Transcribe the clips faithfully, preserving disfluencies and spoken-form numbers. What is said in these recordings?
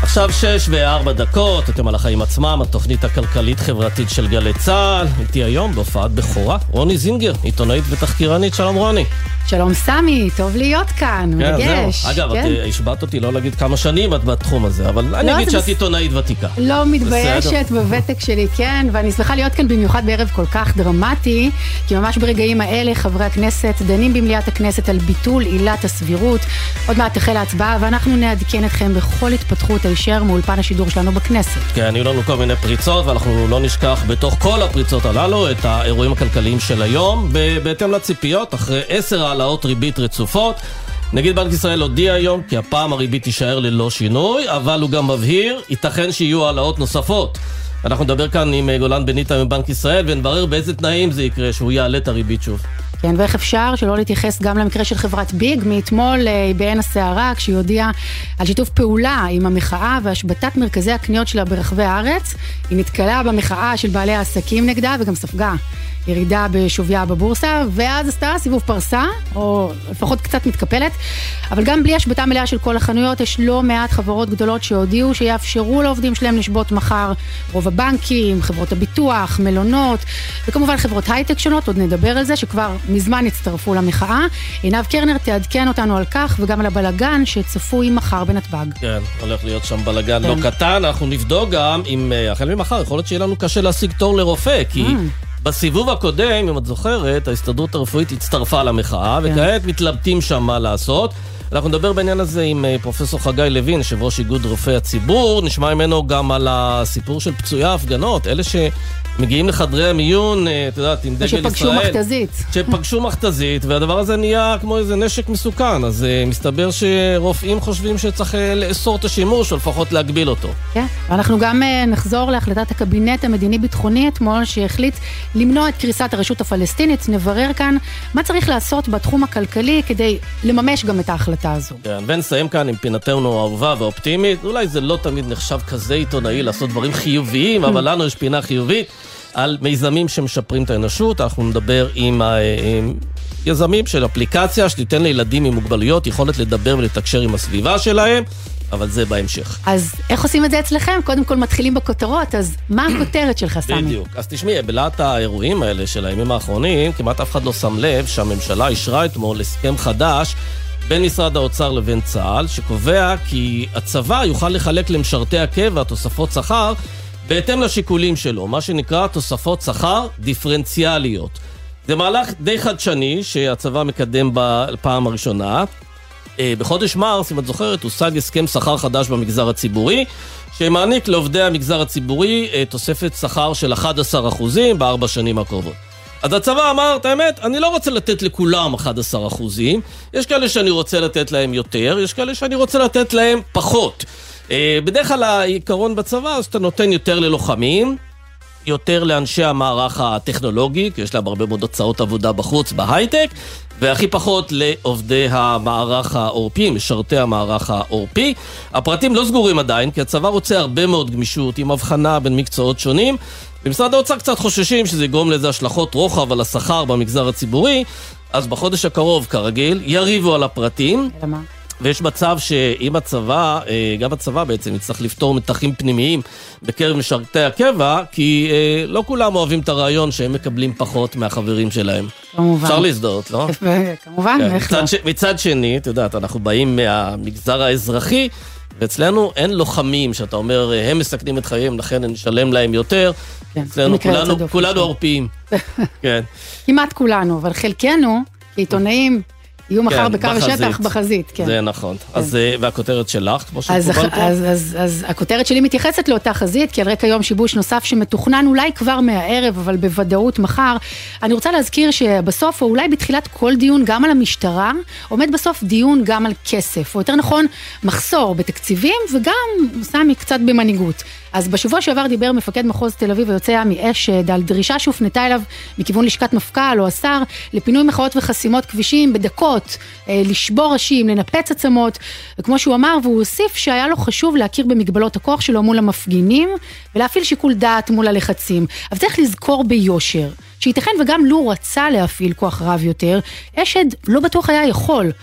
עכשיו שש וארבע דקות, אתם על החיים עצמם, התוכנית הכלכלית-חברתית של גלי צהל. איתי היום בהופעת בכורה, רוני זינגר, עיתונאית ותחקירנית. שלום רוני. שלום סמי, טוב להיות כאן, כן, מרגש. זהו. אגב, כן? את השבעת אותי לא להגיד כמה שנים את בתחום הזה, אבל לא, אני אגיד שאת עיתונאית ותיקה. לא מתביישת בוותק שלי, כן, ואני שמחה להיות כאן במיוחד בערב כל כך דרמטי, כי ממש ברגעים האלה חברי הכנסת דנים במליאת הכנסת על ביטול עילת הסבירות. עוד מעט תחל ההצבעה, ואנחנו נעדכן אתכם בכל התפתחות הישר מאולפן השידור שלנו בכנסת. כן, היו לנו כל מיני פריצות, ואנחנו לא נשכח בתוך כל הפריצות הללו את האירועים הכלכליים של היום, בהתאם לציפיות, אחרי עשר העלאות ריבית רצופות. נגיד בנק ישראל הודיע היום כי הפעם הריבית תישאר ללא שינוי, אבל הוא גם מבהיר, ייתכן שיהיו העלאות נוספות. אנחנו נדבר כאן עם גולן בניטה מבנק ישראל, ונברר באיזה תנאים זה יקרה, שהוא יעלה את הריבית שוב. כן, ואיך אפשר שלא להתייחס גם למקרה של חברת ביג, מאתמול בעין הסערה, כשהיא הודיעה על שיתוף פעולה עם המחאה והשבתת מרכזי הקניות שלה ברחבי הארץ. היא נתקלה במחאה של בעלי העסקים נגדה, וגם ספגה ירידה בשוויה בבורסה, ואז עשתה סיבוב פרסה, או לפחות קצת מתקפלת, אבל גם בלי השבתה מלאה של כל החנויות, יש לא מעט חברות גדולות שהודיעו שיאפשרו לעובדים שלהם לשבות מחר. רוב הבנקים, חברות הביטוח, מלונות, וכמובן חברות הייטק שונות, עוד נדבר על זה, שכבר מזמן הצטרפו למחאה. עינב קרנר תעדכן אותנו על כך, וגם על הבלגן שצפוי מחר בנתב"ג. כן, הולך להיות שם בלגן לא קטן. אנחנו נבדוק גם אם החל ממחר יכול להיות שיהיה לנו קשה להשיג תור לרופא, כי בסיבוב הקודם, אם את זוכרת, ההסתדרות הרפואית הצטרפה למחאה, וכעת מתלבטים שם מה לעשות. אנחנו נדבר בעניין הזה עם פרופסור חגי לוין, יושב ראש איגוד רופאי הציבור. נשמע ממנו גם על הסיפור של פצועי ההפגנות, אלה שמגיעים לחדרי המיון, את יודעת, עם דגל ישראל. שפגשו מכתזית. שפגשו מכתזית, והדבר הזה נהיה כמו איזה נשק מסוכן. אז מסתבר שרופאים חושבים שצריך לאסור את השימוש, או לפחות להגביל אותו. כן, ואנחנו גם נחזור להחלטת הקבינט המדיני-ביטחוני אתמול, שהחליט למנוע את קריסת הרשות הפלסטינית. נברר כאן מה צריך לעשות בתחום הכלכלי כדי לממש גם את ההחלטה הזו. כן, ונסיים כאן עם פינתנו האהובה והאופטימית. אולי זה לא תמיד נחשב כזה עיתונאי לעשות דברים חיוביים, אבל לנו יש פינה חיובית על מיזמים שמשפרים את האנושות. אנחנו נדבר עם, עם יזמים של אפליקציה שתיתן לילדים עם מוגבלויות יכולת לדבר ולתקשר עם הסביבה שלהם, אבל זה בהמשך. אז איך עושים את זה אצלכם? קודם כל מתחילים בכותרות, אז מה הכותרת שלך, סמי? בדיוק. אז תשמעי, בלעת האירועים האלה של הימים האחרונים, כמעט אף אחד לא שם לב שהממשלה אישרה אתמול הסכם חדש בין משרד האוצר לבין צה"ל, שקובע כי הצבא יוכל לחלק למשרתי הקבע תוספות שכר בהתאם לשיקולים שלו, מה שנקרא תוספות שכר דיפרנציאליות. זה מהלך די חדשני שהצבא מקדם בפעם הראשונה. בחודש מרס, אם את זוכרת, הושג הסכם שכר חדש במגזר הציבורי, שמעניק לעובדי המגזר הציבורי תוספת שכר של אחד עשר אחוזים בארבע שנים הקרובות. אז הצבא אמר, את האמת, אני לא רוצה לתת לכולם אחד עשר אחוזים, יש כאלה שאני רוצה לתת להם יותר, יש כאלה שאני רוצה לתת להם פחות. בדרך כלל העיקרון בצבא, אז אתה נותן יותר ללוחמים, יותר לאנשי המערך הטכנולוגי, כי יש להם הרבה מאוד הוצאות עבודה בחוץ, בהייטק, והכי פחות לעובדי המערך העורפי, משרתי המערך העורפי. הפרטים לא סגורים עדיין, כי הצבא רוצה הרבה מאוד גמישות, עם הבחנה בין מקצועות שונים. במשרד האוצר קצת חוששים שזה יגרום לזה השלכות רוחב על השכר במגזר הציבורי, אז בחודש הקרוב, כרגיל, יריבו על הפרטים. למה? ויש מצב שאם הצבא, גם הצבא בעצם יצטרך לפתור מתחים פנימיים בקרב משרתי הקבע, כי לא כולם אוהבים את הרעיון שהם מקבלים פחות מהחברים שלהם. כמובן. אפשר להזדהות, לא? כמובן, איך לא. מצד שני, אתה יודעת, אנחנו באים מהמגזר האזרחי, ואצלנו אין לוחמים שאתה אומר, הם מסכנים את חייהם, לכן נשלם להם יותר. אצלנו כולנו עורפיים. כמעט כולנו, אבל חלקנו, כעיתונאים, יהיו מחר בקו השטח בחזית. זה נכון. אז, והכותרת שלך, כמו שקובל פה? אז הכותרת שלי מתייחסת לאותה חזית, כי על רקע יום שיבוש נוסף שמתוכנן אולי כבר מהערב, אבל בוודאות מחר. אני רוצה להזכיר שבסוף, או אולי בתחילת כל דיון, גם על המשטרה, עומד בסוף דיון גם על כסף, או יותר נכון, מחסור בתקציבים, וגם, סמי, קצת במנהיגות. אז בשבוע שעבר דיבר מפקד מחוז תל אביב ויוצא עמי אשד על דרישה שהופנתה אליו מכיוון לשכת מפכ"ל או השר לפינוי מחאות וחסימות כבישים בדקות, לשבור ראשים, לנפץ עצמות, וכמו שהוא אמר, והוא הוסיף שהיה לו חשוב להכיר במגבלות הכוח שלו מול המפגינים ולהפעיל שיקול דעת מול הלחצים. אבל צריך לזכור ביושר שייתכן וגם לו רצה להפעיל כוח רב יותר, אשד לא בטוח היה יכול.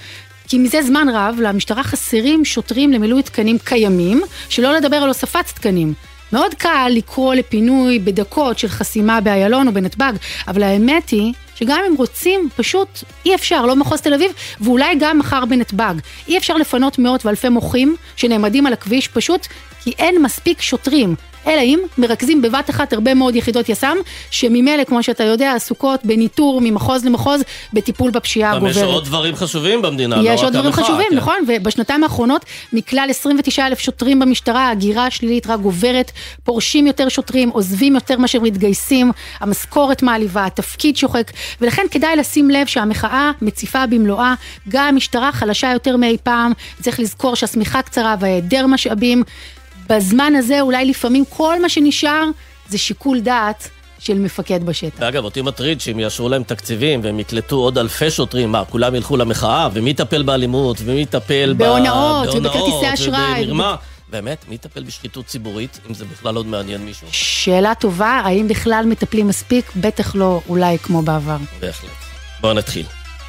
כי מזה זמן רב למשטרה חסרים שוטרים למילוי תקנים קיימים, שלא לדבר על הוספת תקנים. מאוד קל לקרוא לפינוי בדקות של חסימה באיילון או בנתב"ג, אבל האמת היא שגם אם רוצים, פשוט אי אפשר, לא מחוז תל אביב, ואולי גם מחר בנתב"ג. אי אפשר לפנות מאות ואלפי מוחים שנעמדים על הכביש, פשוט כי אין מספיק שוטרים. אלא אם מרכזים בבת אחת הרבה מאוד יחידות יס"מ, שממילא, כמו שאתה יודע, עסוקות בניטור ממחוז למחוז, בטיפול בפשיעה הגוברת. יש עוד דברים חשובים במדינה, לא רק יש עוד דברים המחאה, חשובים, כן. נכון? ובשנתיים האחרונות, מכלל עשרים ותשעה אלף שוטרים במשטרה, ההגירה השלילית רק גוברת, פורשים יותר שוטרים, עוזבים יותר מאשר מתגייסים, המשכורת מעליבה, התפקיד שוחק, ולכן כדאי לשים לב שהמחאה מציפה במלואה, גם המשטרה חלשה יותר מאי פעם, צריך לזכור שהסמיכה קצרה והיעדר משאבים, בזמן הזה אולי לפעמים כל מה שנשאר זה שיקול דעת של מפקד בשטח. ואגב, אותי מטריד שאם יאשרו להם תקציבים והם יקלטו עוד אלפי שוטרים, מה, כולם ילכו למחאה, ומי יטפל באלימות, ומי יטפל בהונאות, ובכרטיסי אשראי. ובמרמה. באמת, מי יטפל בשחיתות ציבורית, אם זה בכלל עוד מעניין מישהו? שאלה טובה, האם בכלל מטפלים מספיק? בטח לא, אולי כמו בעבר. בהחלט. בואו נתחיל.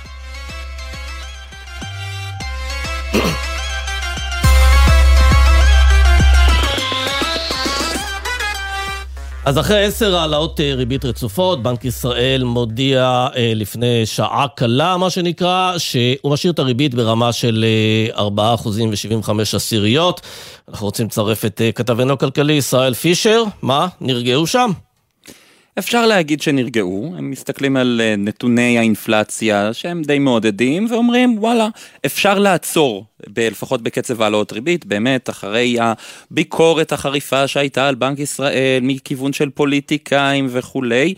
אז אחרי עשר העלאות ריבית רצופות, בנק ישראל מודיע לפני שעה קלה, מה שנקרא, שהוא משאיר את הריבית ברמה של ארבעה אחוזים ושבעים וחמש עשיריות. אנחנו רוצים לצרף את כתבנו הכלכלי ישראל פישר. מה? נרגעו שם? אפשר להגיד שנרגעו, הם מסתכלים על נתוני האינפלציה שהם די מעודדים ואומרים וואלה, אפשר לעצור, לפחות בקצב העלאות ריבית, באמת אחרי הביקורת החריפה שהייתה על בנק ישראל מכיוון של פוליטיקאים וכולי,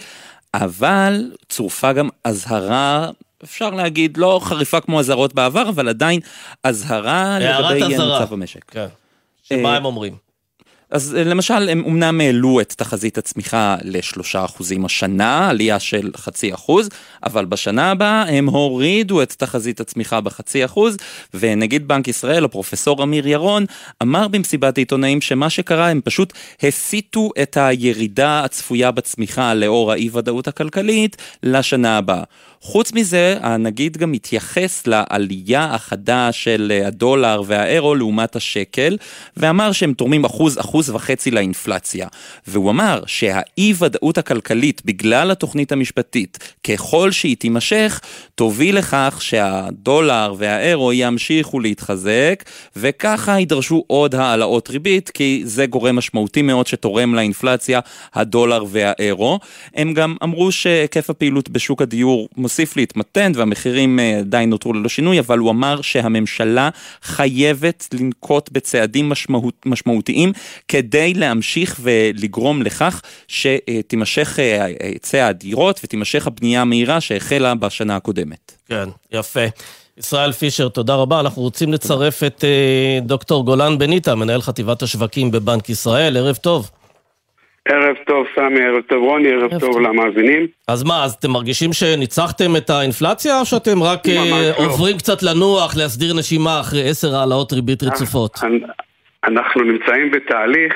אבל צורפה גם הזהרה, אפשר להגיד לא חריפה כמו הזהרות בעבר, אבל עדיין הזהרה לגבי מצב המשק. כן. שמה הם אומרים? אז למשל, הם אומנם העלו את תחזית הצמיחה לשלושה אחוזים השנה, עלייה של חצי אחוז, אבל בשנה הבאה הם הורידו את תחזית הצמיחה בחצי אחוז, ונגיד בנק ישראל, הפרופסור אמיר ירון, אמר במסיבת העיתונאים שמה שקרה, הם פשוט הסיטו את הירידה הצפויה בצמיחה לאור האי-ודאות הכלכלית לשנה הבאה. חוץ מזה, הנגיד גם מתייחס לעלייה החדה של הדולר והאירו לעומת השקל, ואמר שהם תורמים אחוז, אחוז וחצי לאינפלציה. והוא אמר שהאי-ודאות הכלכלית בגלל התוכנית המשפטית, ככל שהיא תימשך, תוביל לכך שהדולר והאירו ימשיכו להתחזק, וככה ידרשו עוד העלאות ריבית, כי זה גורם משמעותי מאוד שתורם לאינפלציה, הדולר והאירו. הם גם אמרו שהיקף הפעילות בשוק הדיור מוסיף להתמתן, והמחירים עדיין נותרו ללא שינוי, אבל הוא אמר שהממשלה חייבת לנקוט בצעדים משמעות, משמעותיים, כדי להמשיך ולגרום לכך שתימשך היצע הדירות, ותימשך הבנייה המהירה שהחלה בשנה הקודמת. כן, יפה. ישראל פישר, תודה רבה. אנחנו רוצים לצרף את דוקטור גולן בניטה, מנהל חטיבת השווקים בבנק ישראל. ערב טוב. ערב טוב סמי, ערב טוב רוני, ערב טוב למאזינים. אז מה, אז אתם מרגישים שניצחתם את האינפלציה, או שאתם רק עוברים קצת לנוח, להסדיר נשימה אחרי עשר העלאות ריבית רצופות? אנחנו נמצאים בתהליך,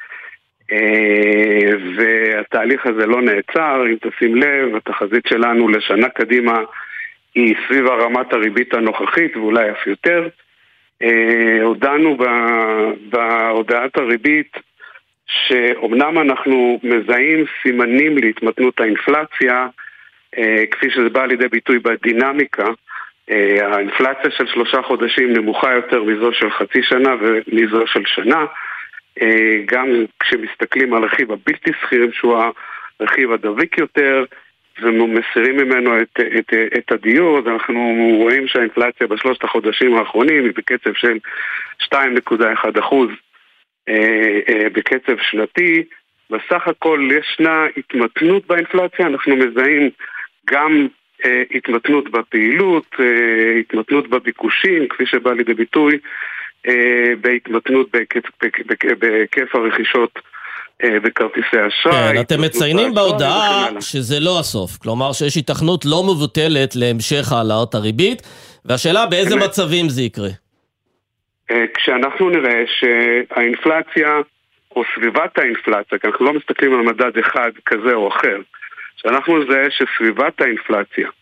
והתהליך הזה לא נעצר. אם תשים לב, התחזית שלנו לשנה קדימה היא סביב הרמת הריבית הנוכחית, ואולי אף יותר. הודענו בהודעת הריבית, שאומנם אנחנו מזהים סימנים להתמתנות האינפלציה, כפי שזה בא לידי ביטוי בדינמיקה. האינפלציה של שלושה חודשים נמוכה יותר מזו של חצי שנה ומזו של שנה. גם כשמסתכלים על רכיב הבלתי סחירים, שהוא הרכיב הדביק יותר, ומסירים ממנו את, את, את הדיור, אז אנחנו רואים שהאינפלציה בשלושת החודשים האחרונים היא בקצב של שתיים נקודה אחת אחוז. בקצב שנתי. בסך הכל ישנה התמתנות באינפלציה, אנחנו מזהים גם התמתנות בפעילות, התמתנות בביקושים, כפי שבא לידי ביטוי, בהתמתנות בהיקף הרכישות בכרטיסי אשראי. כן, אתם מציינים בהודעה שזה לא הסוף, כלומר שיש התכנות לא מבוטלת להמשך העלאות הריבית, והשאלה באיזה מצבים זה יקרה? כשאנחנו נראה שהאינפלציה או סביבת האינפלציה, כי אנחנו לא מסתכלים על מדד אחד כזה או אחר, שאנחנו נראה שסביבת האינפלציה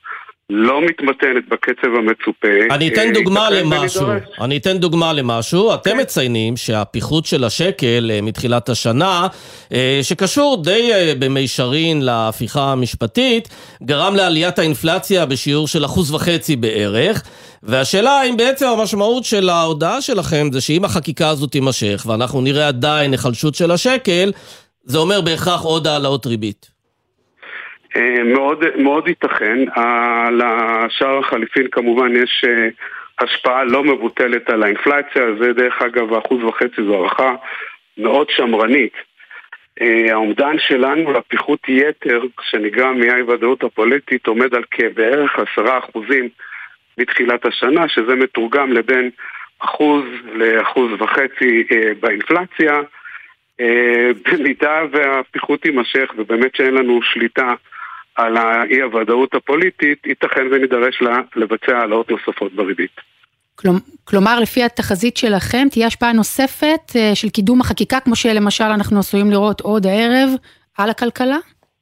לא מתמתנת בקצב המצופה. אני אתן דוגמה למשהו, אני אתן דוגמה למשהו, אתם מציינים שהפיחות של השקל מתחילת השנה, שקשור די במישרין להפיכה המשפטית, גרם לעליית האינפלציה בשיעור של אחוז וחצי בערך, והשאלה האם בעצם המשמעות של ההודעה שלכם זה שאם החקיקה הזאת תימשך, ואנחנו נראה עדיין החלשות של השקל, זה אומר בהכרח עוד העלאות ריבית. מאוד, מאוד ייתכן. לשער החליפין כמובן יש השפעה לא מבוטלת על האינפלציה, זה דרך אגב אחוז וחצי זו הערכה מאוד שמרנית. העומדן שלנו לפיחות יתר שנגרם מאי ודאות הפוליטית עומד על כבערך עשרה אחוזים בתחילת השנה, שזה מתורגם לבין אחוז לאחוז וחצי באינפלציה. במידה והפיחות יימשך ובאמת שאין לנו שליטה על האי הוודאות הפוליטית, ייתכן ונידרש לה לבצע העלאות נוספות בריבית. כלומר, לפי התחזית שלכם, תהיה השפעה נוספת של קידום החקיקה, כמו שלמשל אנחנו עשויים לראות עוד הערב, על הכלכלה?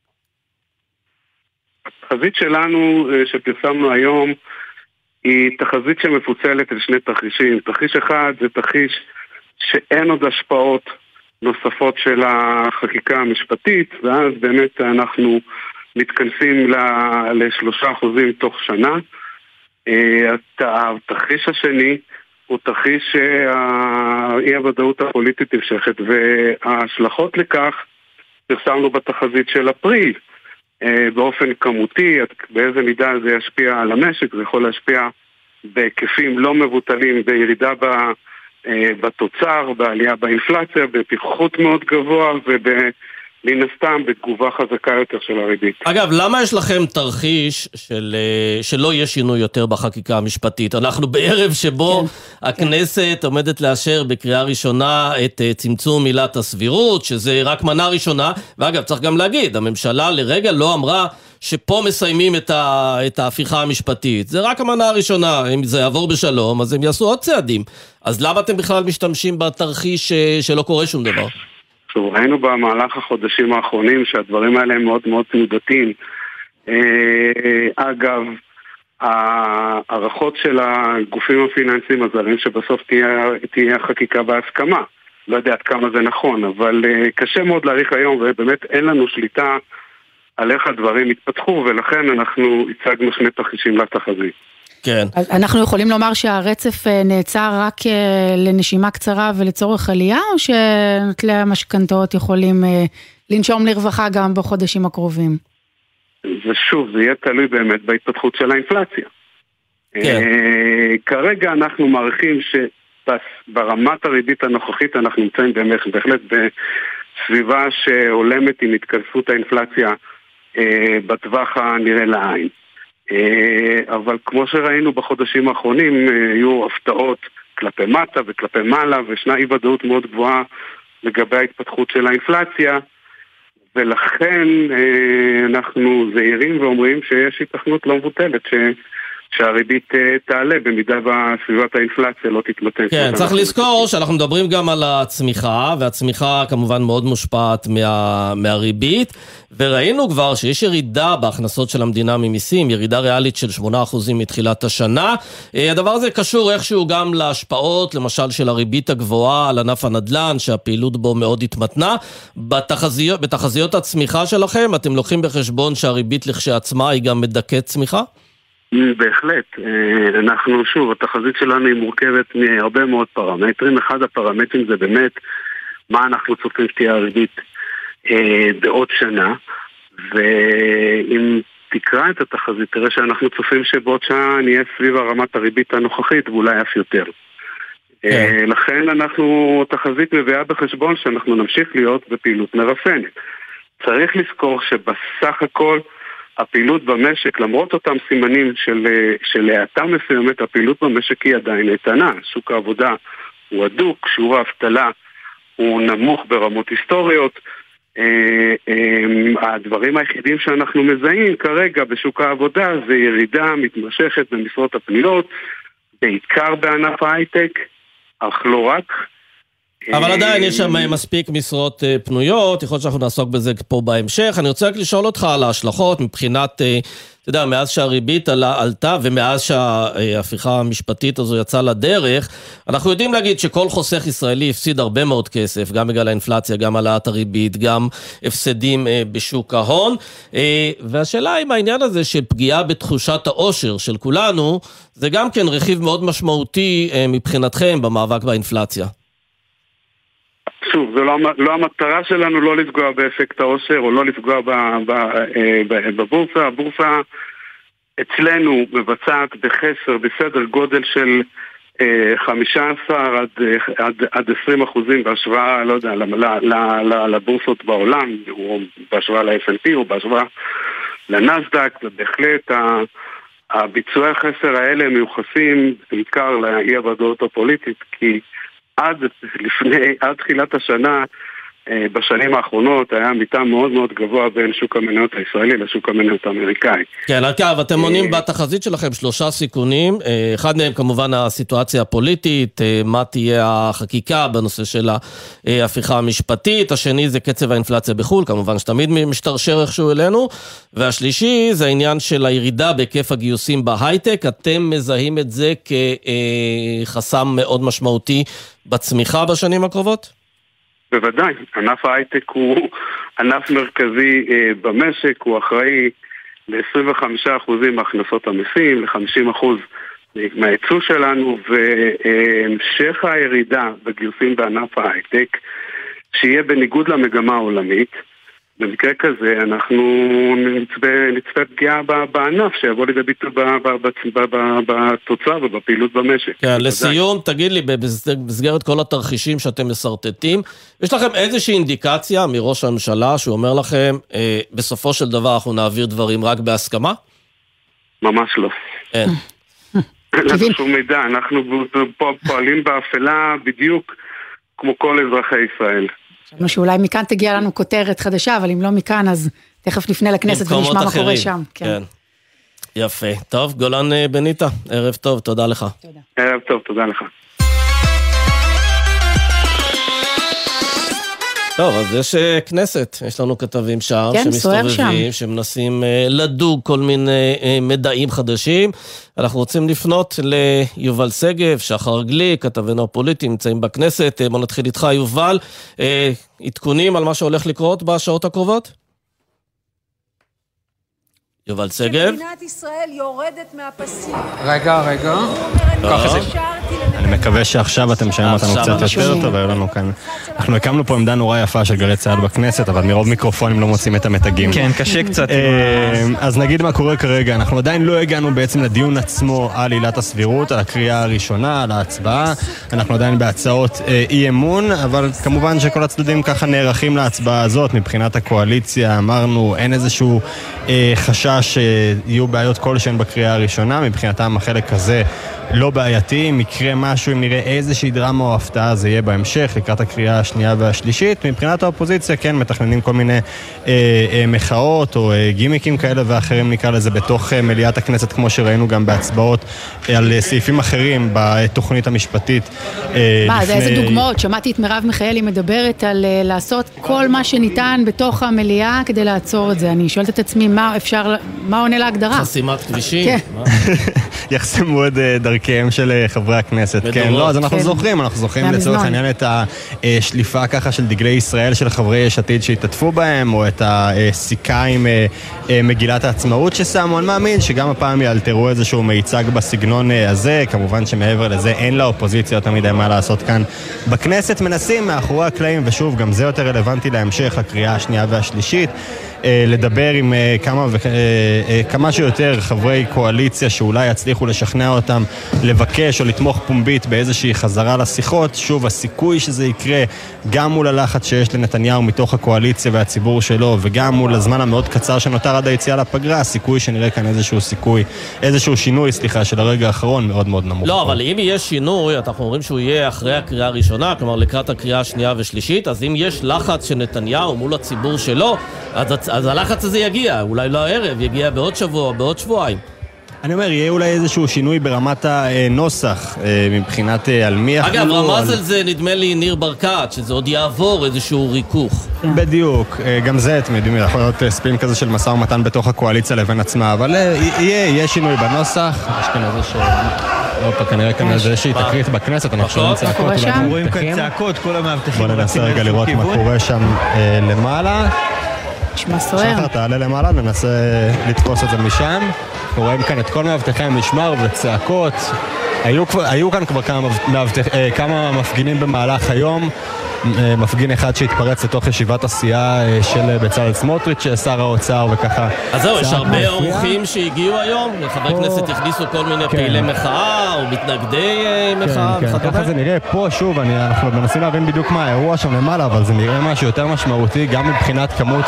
התחזית שלנו שפרסמנו היום, היא תחזית שמפוצלת על שני תרחישים. תרחיש אחד זה תרחיש שאין עוד השפעות נוספות של החקיקה המשפטית, ואז באמת אנחנו מתכנסים לשלושה אחוזים תוך שנה. התרחיש השני הוא תרחיש שהאי הוודאות הפוליטית נמשכת, וההשלכות לכך פרסמנו בתחזית של אפריל. באופן כמותי, באיזה מידה זה ישפיע על המשק, זה יכול להשפיע בהיקפים לא מבוטלים, בירידה ב... בתוצר, בעלייה באינפלציה, בפיחות מאוד גבוה ומן הסתם בתגובה חזקה יותר של הריבית. אגב, למה יש לכם תרחיש של, שלא יהיה שינוי יותר בחקיקה המשפטית? אנחנו בערב שבו כן, הכנסת כן. עומדת לאשר בקריאה ראשונה את צמצום עילת הסבירות, שזה רק מנה ראשונה, ואגב, צריך גם להגיד, הממשלה לרגע לא אמרה שפה מסיימים את, ה, את ההפיכה המשפטית. זה רק המנה הראשונה, אם זה יעבור בשלום, אז הם יעשו עוד צעדים. אז למה אתם בכלל משתמשים בתרחיש שלא קורה שום דבר? שוב, ראינו במהלך החודשים האחרונים שהדברים האלה הם מאוד מאוד תנודתיים. אגב, הערכות של הגופים הפיננסיים הזרים שבסוף תהיה, תהיה חקיקה בהסכמה. לא יודע עד כמה זה נכון, אבל קשה מאוד להעריך היום, ובאמת אין לנו שליטה על איך הדברים התפתחו, ולכן אנחנו הצגנו שני תרחישים לתחזית. כן. אנחנו יכולים לומר שהרצף נעצר רק לנשימה קצרה ולצורך עלייה, או שנטלי המשכנתאות יכולים לנשום לרווחה גם בחודשים הקרובים? זה שוב, זה יהיה תלוי באמת בהתפתחות של האינפלציה. כן. כרגע אנחנו מעריכים שברמת הריבית הנוכחית אנחנו נמצאים בהחלט בסביבה שעולמת עם התכנסות האינפלציה בטווח הנראה לעין. אבל כמו שראינו בחודשים האחרונים, היו הפתעות כלפי מטה וכלפי מעלה, וישנה אי ודאות מאוד גבוהה לגבי ההתפתחות של האינפלציה, ולכן אנחנו זהירים ואומרים שיש התכנות לא מבוטלת ש... שהריבית תעלה במידה בסביבת האינפלציה לא תתמתן. כן, צריך לזכור שאנחנו מדברים גם על הצמיחה, והצמיחה כמובן מאוד מושפעת מה, מהריבית, וראינו כבר שיש ירידה בהכנסות של המדינה ממיסים, ירידה ריאלית של שמונה אחוזים מתחילת השנה. הדבר הזה קשור איכשהו גם להשפעות, למשל של הריבית הגבוהה על ענף הנדל"ן, שהפעילות בו מאוד התמתנה. בתחזיות, בתחזיות הצמיחה שלכם, אתם לוקחים בחשבון שהריבית לכשעצמה היא גם מדכאת צמיחה? בהחלט, אנחנו שוב, התחזית שלנו היא מורכבת מהרבה מאוד פרמטרים. אחד הפרמטרים זה באמת מה אנחנו צופים שתהיה הריבית בעוד שנה, ואם תקרא את התחזית תראה שאנחנו צופים שבעוד שנה נהיה סביב הרמת הריבית הנוכחית ואולי אף יותר. לכן אנחנו, התחזית מביאה בחשבון שאנחנו נמשיך להיות בפעילות מרסנת. צריך לזכור שבסך הכל הפעילות במשק, למרות אותם סימנים של, של האטה מסוימת, הפעילות במשק היא עדיין איתנה. שוק העבודה הוא הדוק, שיעור האבטלה הוא נמוך ברמות היסטוריות. הדברים היחידים שאנחנו מזהים כרגע בשוק העבודה זה ירידה מתמשכת במשרות הפנויות, בעיקר בענף ההייטק, אך לא רק. אבל עדיין יש שם מספיק משרות פנויות, יכול להיות שאנחנו נעסוק בזה פה בהמשך. אני רוצה רק לשאול אותך על ההשלכות מבחינת, אתה יודע, מאז שהריבית עלתה ומאז שההפיכה המשפטית הזו יצאה לדרך, אנחנו יודעים להגיד שכל חוסך ישראלי הפסיד הרבה מאוד כסף, גם בגלל האינפלציה, גם העלאת הריבית, גם הפסדים בשוק ההון, והשאלה עם העניין הזה של פגיעה בתחושת העושר של כולנו, זה גם כן רכיב מאוד משמעותי מבחינתכם במאבק באינפלציה. שוב, זו לא, לא המטרה שלנו לא לפגוע באפקט העושר או לא לפגוע ב, ב, ב, בבורסה. הבורסה אצלנו מבצעת בחסר בסדר גודל של חמישה עשר עד, עד, עד עשרים אחוזים בהשוואה, לא יודע, לבורסות בעולם, או בהשוואה ל-אס אנד פי או בהשוואה לנסדק, ובהחלט הביצועי החסר האלה מיוחסים בעיקר לאי הוודאות הפוליטית, כי עד לפני, עד תחילת השנה, בשנים האחרונות, היה מיטה מאוד מאוד גבוה בין שוק המניות הישראלי לשוק המניות האמריקאי. כן, ארכב, אתם מונים בתחזית שלכם שלושה סיכונים, אחד מהם כמובן הסיטואציה הפוליטית, מה תהיה החקיקה בנושא של ההפיכה המשפטית, השני זה קצב האינפלציה בחול, כמובן שתמיד משתרשר איכשהו אלינו, והשלישי זה העניין של הירידה בהיקף הגיוסים בהייטק, אתם מזהים את זה כחסם מאוד משמעותי בצמיחה בשנים הקרובות? בוודאי, ענף ההייטק הוא ענף מרכזי אה, במשק, הוא אחראי ל-עשרים וחמישה אחוזים מהכנסות המסים, ל-חמישים אחוז מהייצוא שלנו, והמשך הירידה בגיוסים בענף ההייטק, שיהיה בניגוד למגמה העולמית, במקרה כזה אנחנו נצפה, נצפה פגיעה בענף שיבוא לידי ביטוי בתוצאה ובפעילות במשק. כן, לסיום, תגיד לי, במסגרת כל התרחישים שאתם מסרטטים, יש לכם איזושהי אינדיקציה מראש הממשלה שהוא אומר לכם, אה, בסופו של דבר אנחנו נעביר דברים רק בהסכמה? ממש לא. אין. אין לנו שום מידע, אנחנו פועלים באפלה בדיוק כמו כל אזרחי ישראל. חשבנו שאולי מכאן תגיע לנו כותרת חדשה, אבל אם לא מכאן, אז תכף נפנה לכנסת ונשמע מה קורה שם. כן. יפה. טוב, גולן בניטה, ערב טוב, תודה לך. תודה. ערב טוב, תודה לך. טוב, אז יש כנסת, יש לנו כתבים שם, כן, שמסתובבים, שמנסים לדוג כל מיני מדעים חדשים. אנחנו רוצים לפנות ליובל סגב, שחר גליק, כתבנו הפוליטי, נמצאים בכנסת. בוא נתחיל איתך, יובל. עדכונים על מה שהולך לקרות בשעות הקרובות? יובל סגב. שמדינת ישראל יורדת מהפסים. רגע, רגע. אני מקווה שעכשיו אתם שומעים אותנו קצת יותר טוב, והיו לנו כאן. אנחנו הקמנו פה עמדה נורא יפה של גלי צה"ל בכנסת, אבל מרוב מיקרופונים לא מוצאים את המתגים. כן, קשה קצת. אז נגיד מה קורה כרגע. אנחנו עדיין לא הגענו בעצם לדיון עצמו על עילת הסבירות, על הקריאה הראשונה, על ההצבעה. אנחנו עדיין בהצעות אי אמון, אבל כמובן שכל הצדדים ככה נערכים להצבעה הזאת. מבחינת הקואליציה אמרנו, אין איזשהו חשש שיהיו בעיות כלשהן בקריאה הראשונה. מבחינתם החלק הזה לא בעייתי, אם יקרה משהו, אם נראה איזושהי דרמה או הפתעה, זה יהיה בהמשך, לקראת הקריאה השנייה והשלישית. מבחינת האופוזיציה, כן, מתכננים כל מיני אה, אה, מחאות או אה, גימיקים כאלה ואחרים, נקרא לזה, בתוך אה, מליאת הכנסת, כמו שראינו גם בהצבעות, אה, על אה, סעיפים אחרים בתוכנית המשפטית. אה, מה, לפני... זה איזה דוגמאות? שמעתי את מירב מיכאלי מדברת על אה, לעשות כל מה שניתן בתוך המליאה כדי לעצור את זה. אני שואלת את עצמי, מה אפשר, מה עונה להגדרה? חסימת כבישים? כן. יחסמו את דרכיהם של חברי הכנסת. כן, לא, אז אנחנו זוכרים, אנחנו זוכרים לצורך העניין את השליפה ככה של דגלי ישראל של חברי יש עתיד שהתעטפו בהם, או את הסיכה עם מגילת העצמאות ששמו. אני מאמין שגם הפעם יאלתרו איזשהו מיצג בסגנון הזה. כמובן שמעבר לזה אין לאופוזיציה תמיד מה לעשות כאן בכנסת. מנסים מאחורי הקלעים, ושוב, גם זה יותר רלוונטי להמשך הקריאה השנייה והשלישית, לדבר עם כמה, כמה שיותר חברי קואליציה שאולי יצליחו לשכנע אותם לבקש או לתמוך פומבית באיזושהי חזרה לשיחות. שוב, הסיכוי שזה יקרה גם מול הלחץ שיש לנתניהו מתוך הקואליציה והציבור שלו, וגם מול הזמן המאוד קצר שנותר עד היציאה לפגרה, הסיכוי שנראה כאן איזשהו סיכוי, איזשהו שינוי, סליחה, של הרגע האחרון מאוד מאוד נמוך. לא, אבל אם יהיה שינוי, אנחנו אומרים שהוא יהיה אחרי הקריאה הראשונה, כלומר לקראת הקריאה השנייה ושלישית, אז אם יש לחץ של נתניהו מול הציבור שלו, אז, אז הלחץ הזה יגיע, אולי לא הערב, יגיע בעוד שבוע, בעוד שבועיים. אני אומר, יהיה אולי איזשהו שינוי ברמת הנוסח, מבחינת על מי יחלו. אגב, רמז על זה נדמה לי ניר ברקת, שזה עוד יעבור איזשהו ריכוך. בדיוק, גם זה, אתם יודעים, יכול להיות ספין כזה של מסע ומתן בתוך הקואליציה לבין עצמה, אבל יהיה שינוי בנוסח, יש כאן איזה ש... אופה, כנראה כאן איזה שהיא תקרית בכנסת, אנחנו שומעים צעקות. אנחנו רואים כאן צעקות, כל המאבטחים. בוא ננסה רגע לראות מה קורה שם למעלה. נשמע סוער. שחר, תעלה למעלה, ננסה לתפוס את זה משם. אנחנו רואים כאן את כל מאבטחי המשמר וצעקות. היו, היו כאן כבר כמה, מאבטח, כמה מפגינים במהלך היום. מפגין אחד שהתפרץ לתוך ישיבת הסיעה של בצלאל סמוטריץ', שר האוצר וככה. אז זהו, יש הרבה אורחים שהגיעו היום, חברי כנסת הכניסו כל מיני פעילי מחאה או מתנגדי מחאה. כן, כן, ככה זה נראה פה, שוב, אנחנו מנסים להבין בדיוק מה האירוע שם למעלה, אבל זה נראה משהו יותר משמעותי, גם מבחינת כמות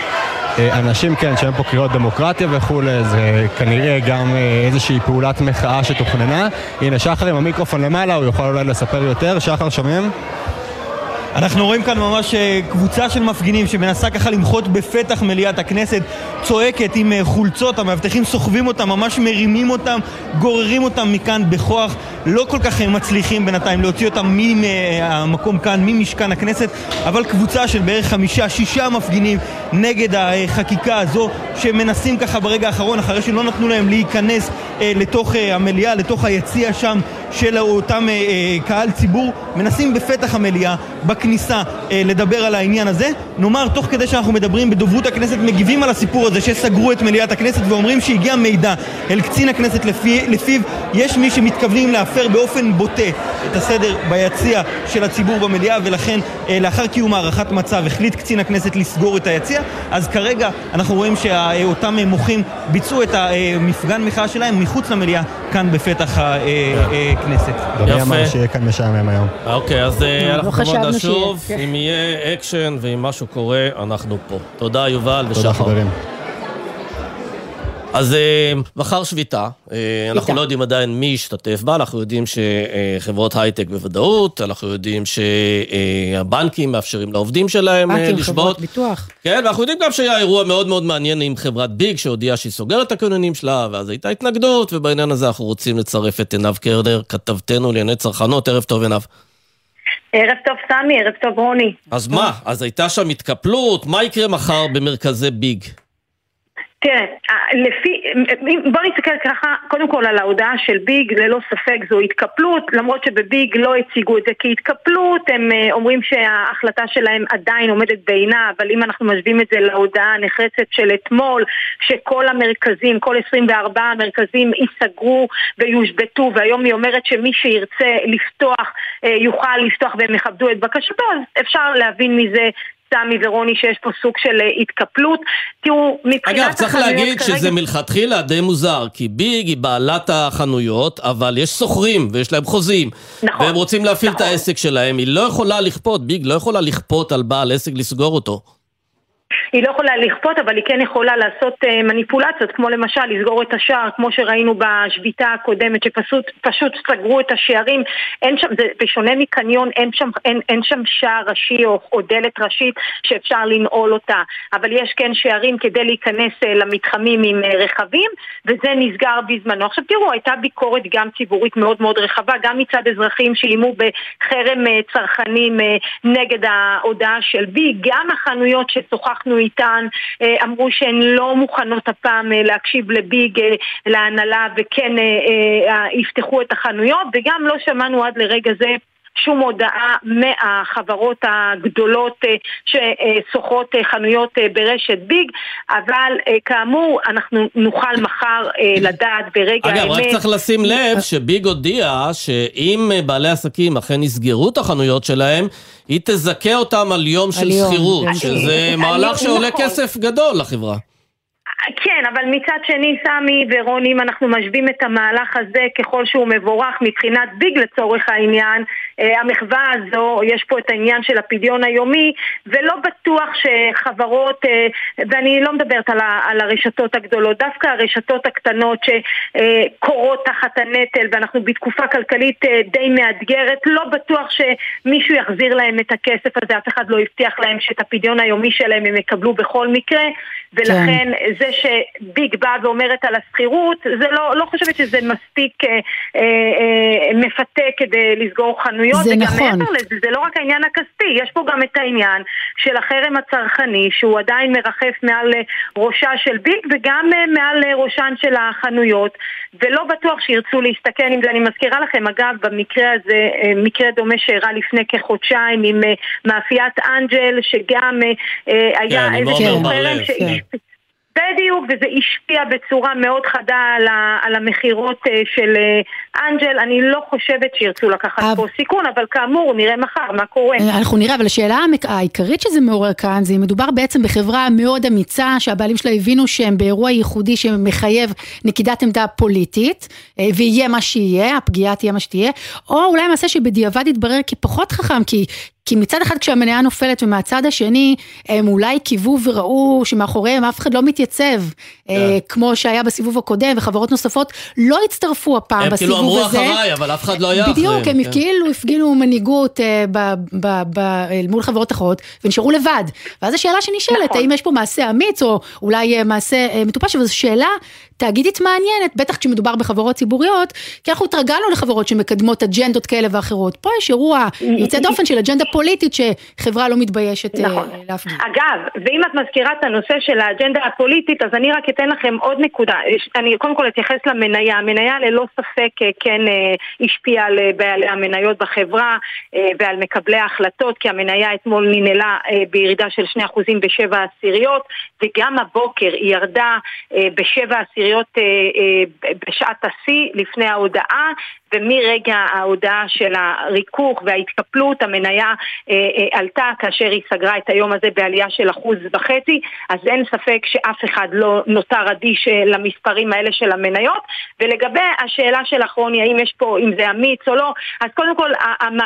האנשים, כן, שהם פה קריאות דמוקרטיה וכולי, זה כנראה גם איזושהי פעולת מחאה שתוכננה. הנה, שחר עם המיקרופון למעלה, הוא יכול אולי לספר יותר. שחר, שומעים? אנחנו רואים כאן ממש קבוצה של מפגינים שמנסה ככה למחות בפתח מליאת הכנסת, צועקת עם חולצות, המאבטחים סוחבים אותם, ממש מרימים אותם, גוררים אותם מכאן בכוח, לא כל כך מצליחים בינתיים להוציא אותם מהמקום כאן, ממשכן הכנסת, אבל קבוצה של בערך חמישה, שישה מפגינים נגד החקיקה הזו, שמנסים ככה ברגע האחרון, אחרי שלא נתנו להם להיכנס אה, לתוך אה, המליאה, לתוך היציע שם של אותם אה, אה, קהל ציבור, מנסים בפתח המליאה, בכניסה, אה, לדבר על העניין הזה. נאמר, תוך כדי שאנחנו מדברים בדוברות הכנסת, מגיבים על הסיפור הזה שסגרו את מליאת הכנסת ואומרים שהגיע מידע אל קצין הכנסת לפי, לפיו יש מי שמתכוונים להפר באופן בוטה את הסדר ביציע של הציבור במליאה, ולכן אה, לאחר קיום הערכת מצב החליט קצין הכנסת לסגור את היציע. אז כרגע אנחנו רואים שאותם מוחים ביצעו את המפגן מחאה שלהם מחוץ למליאה כאן בפתח הכנסת. דומי אמר שיהיה כאן משעמם היום. אוקיי, אז אנחנו מאוד נשוב, אם יהיה אקשן ואם משהו קורה, אנחנו פה. תודה יובל ושחר. תודה חברים. אז מחר שביתה, אנחנו לא יודעים עדיין מי ישתתף בה, אנחנו יודעים שחברות הייטק בוודאות, אנחנו יודעים שהבנקים מאפשרים לעובדים שלהם לשבות. בנקים, חברות ביטוח. כן, ואנחנו יודעים גם שהיה אירוע מאוד מאוד מעניין עם חברת ביג, שהודיעה שהיא סוגרת את הכוננים שלה, ואז הייתה התנגדות, ובעניין הזה אנחנו רוצים לצרף את עינב קרדר, כתבתנו לענייני צרכנות. ערב טוב עינב. ערב טוב סמי, ערב טוב רוני. אז מה? אז הייתה שם התקפלות, מה יקרה מחר במרכזי ביג? תראה, לפי, בוא נסתכל ככה, קודם כל על ההודעה של ביג, ללא ספק זו התקפלות, למרות שבביג לא הציגו את זה כהתקפלות, הם אומרים שההחלטה שלהם עדיין עומדת בעינה, אבל אם אנחנו משווים את זה להודעה הנחרצת של אתמול, שכל המרכזים, כל עשרים וארבעה המרכזים ייסגרו ויושבתו, והיום היא אומרת שמי שירצה לפתוח, יוכל לפתוח והם יכבדו את בקשתו, אז אפשר להבין מזה סמי ורוני שיש פה סוג של התקפלות. תראו, מבחינת אגב, צריך להגיד כרגע... שזה מלכתחילה די מוזר, כי ביג היא בעלת החנויות, אבל יש סוחרים ויש להם חוזים, נכון, והם רוצים להפעיל נכון. את העסק שלהם, היא לא יכולה לכפות, ביג לא יכולה לכפות על בעל עסק לסגור אותו. היא לא יכולה לכפות, אבל היא כן יכולה לעשות uh, מניפולציות, כמו למשל לסגור את השער, כמו שראינו בשביתה הקודמת, שפשוט פשוט סגרו את השערים. אין שם, זה בשונה מקניון, אין שם, אין, אין שם שער ראשי או, או דלת ראשית שאפשר לנעול אותה, אבל יש כן שערים כדי להיכנס uh, למתחמים עם uh, רכבים, וזה נסגר בזמנו. עכשיו תראו, הייתה ביקורת גם ציבורית מאוד מאוד רחבה, גם מצד אזרחים שאיימו בחרם uh, צרכנים uh, נגד ההודעה של ביג, גם החנויות ששוחחנו איתן אמרו שהן לא מוכנות הפעם להקשיב לביג, להנהלה, וכן יפתחו את החנויות, וגם לא שמענו עד לרגע זה שום הודעה מהחברות הגדולות שסוחרות חנויות ברשת ביג, אבל כאמור אנחנו נוכל מחר לדעת ברגע האמת. אגב, רק צריך לשים לב שביג הודיע שאם בעלי עסקים אכן יסגרו את החנויות שלהם, היא תזכה אותם על יום של שכירות, שזה מהלך שעולה כסף גדול לחברה. כן, אבל מצד שני סמי ורוני, אם אנחנו משווים את המהלך הזה ככל שהוא מבורך מבחינת ביג לצורך העניין, המחווה הזו, יש פה את העניין של הפדיון היומי, ולא בטוח שחברות, ואני לא מדברת על, על הרשתות הגדולות, דווקא הרשתות הקטנות שקורות תחת הנטל, ואנחנו בתקופה כלכלית די מאתגרת, לא בטוח שמישהו יחזיר להם את הכסף הזה, אף אחד לא הבטיח להם שאת הפדיון היומי שלהם הם יקבלו בכל מקרה, ולכן זה ש, ביג באה ואומרת על הסחירות, זה לא, לא חושבת שזה מספיק אה, אה, מפתה כדי לסגור חנויות. זה וגם נכון. מעבר לזה, זה לא רק העניין הכספי, יש פה גם את העניין של החרם הצרכני, שהוא עדיין מרחף מעל ראשה של ביג, וגם מעל ראשן של החנויות, ולא בטוח שירצו להסתכן עם זה. אני מזכירה לכם, אגב, במקרה הזה, מקרה דומה שאירע לפני כחודשיים, עם מאפיית אנג'ל, שגם היה איזשהו חרם שהשפיע. בדיוק, וזה השפיע בצורה מאוד חדה על, ה, על המחירות של אנג'ל. אני לא חושבת שירצו לקחת אב... פה סיכון, אבל כאמור, נראה מחר מה קורה. אנחנו נראה, אבל השאלה העיקרית שזה מעורר כאן, זה מדובר בעצם בחברה מאוד אמיצה, שהבעלים שלה הבינו שהם באירוע ייחודי שמחייב נקידת עמדה פוליטית, ויהיה מה שיהיה, הפגיעה תהיה מה שתהיה, או אולי מעשה שבדיעבד יתברר כפחות חכם, כי... כי מצד אחד כשהמניה נופלת ומהצד השני הם אולי קיוו וראו שמאחוריהם אף אחד לא מתייצב, כמו שהיה בסיבוב הקודם, וחברות נוספות לא הצטרפו הפעם בסיבוב הזה. הם כאילו אמרו אחריי, אבל אף אחד לא היה אחריהם. בדיוק, הם כאילו הפגינו מנהיגות מול חברות אחרות, ונשארו לבד. ואז השאלה שנשאלת, האם יש פה מעשה אמיץ, או אולי מעשה מטופש, וזו שאלה תאגידית מעניינת, בטח כשמדובר בחברות ציבוריות, כי אנחנו התרגלנו לחברות שמקדמות אג'נדות כאלה ואחרות. פה יש אירוע יוצא דופן של אג'נדה פוליטית שחברה לא מתביישת להפגיע. אגב, ואם את מזכירה את הנושא של האג'נדה הפוליטית, אז אני רק אתן לכם עוד נקודה. אני קודם כל אתייחס למניה. המניה ללא ספק כן השפיעה על בעלי המניות בחברה ועל מקבלי ההחלטות, כי המניה אתמול ננעלה בירידה של שני אחוזים בשבע עשיריות, וגם הבוקר היא ירדה בשבע עשיריות בשעת השיא לפני ההודעה, ומרגע ההודעה של הריכוך וההתקפלות המניה אה, אה, עלתה כאשר היא סגרה את היום הזה בעלייה של אחוז וחצי. אז אין ספק שאף אחד לא נותר אדיש למספרים האלה של המניות. ולגבי השאלה של אחרוני, האם יש פה, אם זה אמיץ או לא, אז קודם כל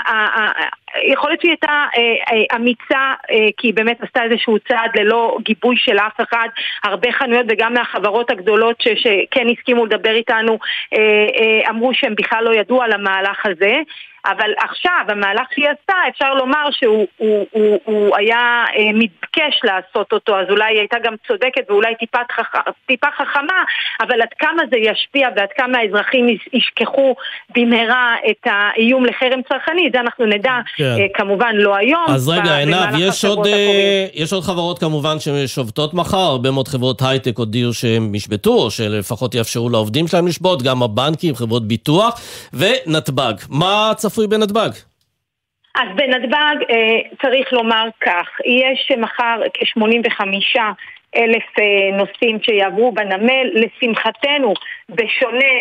יכול להיות שהיא הייתה אה, אה, אמיצה, אה, כי היא באמת עשתה איזשהו צעד ללא גיבוי של אף אחד. הרבה חנויות וגם מהחברות הגדולות ש, שכן הסכימו לדבר איתנו אה, אה, אמרו שהם בכלל לא ידעו על המהלך הזה, אבל עכשיו המהלך שהיא עשתה אפשר לומר שהוא הוא, הוא, הוא היה אה, מתבקש לעשות אותו, אז אולי היא הייתה גם צודקת ואולי טיפה, טיפה חכמה, אבל עד כמה זה ישפיע ועד כמה האזרחים ישכחו במהרה את האיום לחרם צרכני, זה אנחנו נדע כן. אה, כמובן לא היום. אז רגע, עינב, יש עוד, אה, יש עוד חברות כמובן ששובתות מחר, הרבה מאוד חברות הייטק הודיעו שהם ישבתו, או שלפחות יאפשרו לעובדים שלהם לשבות, גם הבנקים, חברות ביטוח ונתב"ג. מה צפוי בנתב"ג? אז בנתב"ג אה, צריך לומר כך, יש מחר כ-שמונים וחמישה אלף אה, נוסעים שיעברו בנמל. לשמחתנו, בשונה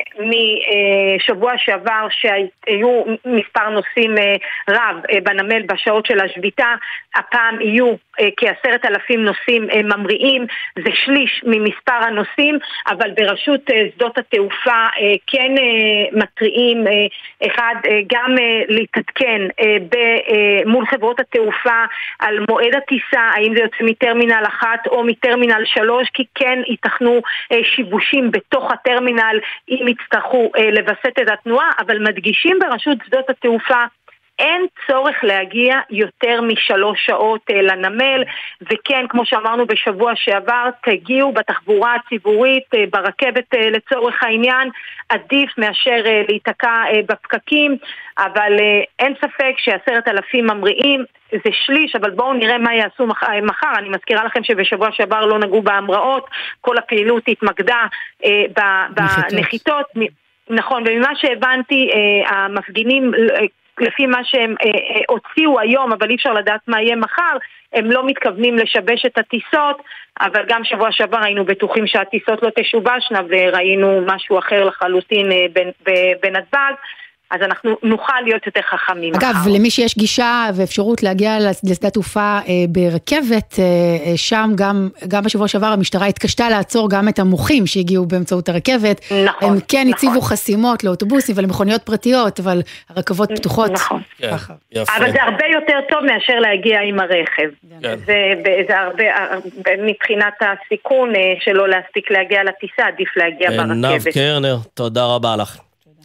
משבוע שעבר שהיו מספר נוסעים אה, רב אה, בנמל בשעות של השביתה, הפעם יהיו אה, כעשרת אלפים נוסעים אה, ממריאים, זה שליש ממספר הנוסעים, אבל ברשות אה, שדות התעופה אה, כן אה, מטריעים אה, אחד, אה, גם אה, להתעדכן אה, ב, אה, מול חברות התעופה על מועד הטיסה, האם זה יוצא מטרמינל אחת או מטרמינל שלוש, כי כן ייתכנו אה, שיבושים בתוך הטרמינל אם יצטרכו אה, לבסט את התנועה, אבל מדגישים ברשות שדות התעופה אין צורך להגיע יותר משלוש שעות אה, לנמל, וכן, כמו שאמרנו בשבוע שעבר, תגיעו בתחבורה הציבורית, אה, ברכבת אה, לצורך העניין, עדיף מאשר אה, להתקע אה, בפקקים, אבל אה, אין ספק שעשרת אלפים ממריאים, זה שליש, אבל בואו נראה מה יעשו מחר. אני מזכירה לכם שבשבוע שעבר לא נגעו בהמראות, כל הפעילות התמקדה אה, בנחיתות. נכון, וממה שהבנתי, אה, המפגינים, אה, לפי מה שהם אה, אה, הוציאו היום, אבל אי אפשר לדעת מה יהיה מחר, הם לא מתכוונים לשבש את הטיסות, אבל גם שבוע שעבר היינו בטוחים שהטיסות לא תשובשנה, וראינו משהו אחר לחלוטין אה, בנתב"ג. אז אנחנו נוכל להיות יותר חכמים. אגב, מחר. למי שיש גישה ואפשרות להגיע לשדה תעופה אה, ברכבת, אה, שם גם, גם בשבוע שעבר המשטרה התקשתה לעצור גם את המוחים שהגיעו באמצעות הרכבת. נכון. הם כן נכון. הציבו חסימות לאוטובוסים ולמכוניות פרטיות, אבל הרכבות פתוחות. נכון. כן, אבל זה הרבה יותר טוב מאשר להגיע עם הרכב. כן. זה, זה הרבה, מבחינת הסיכון שלא להספיק להגיע לטיסה, עדיף להגיע ברכבת. עינב קרנר, תודה רבה לך.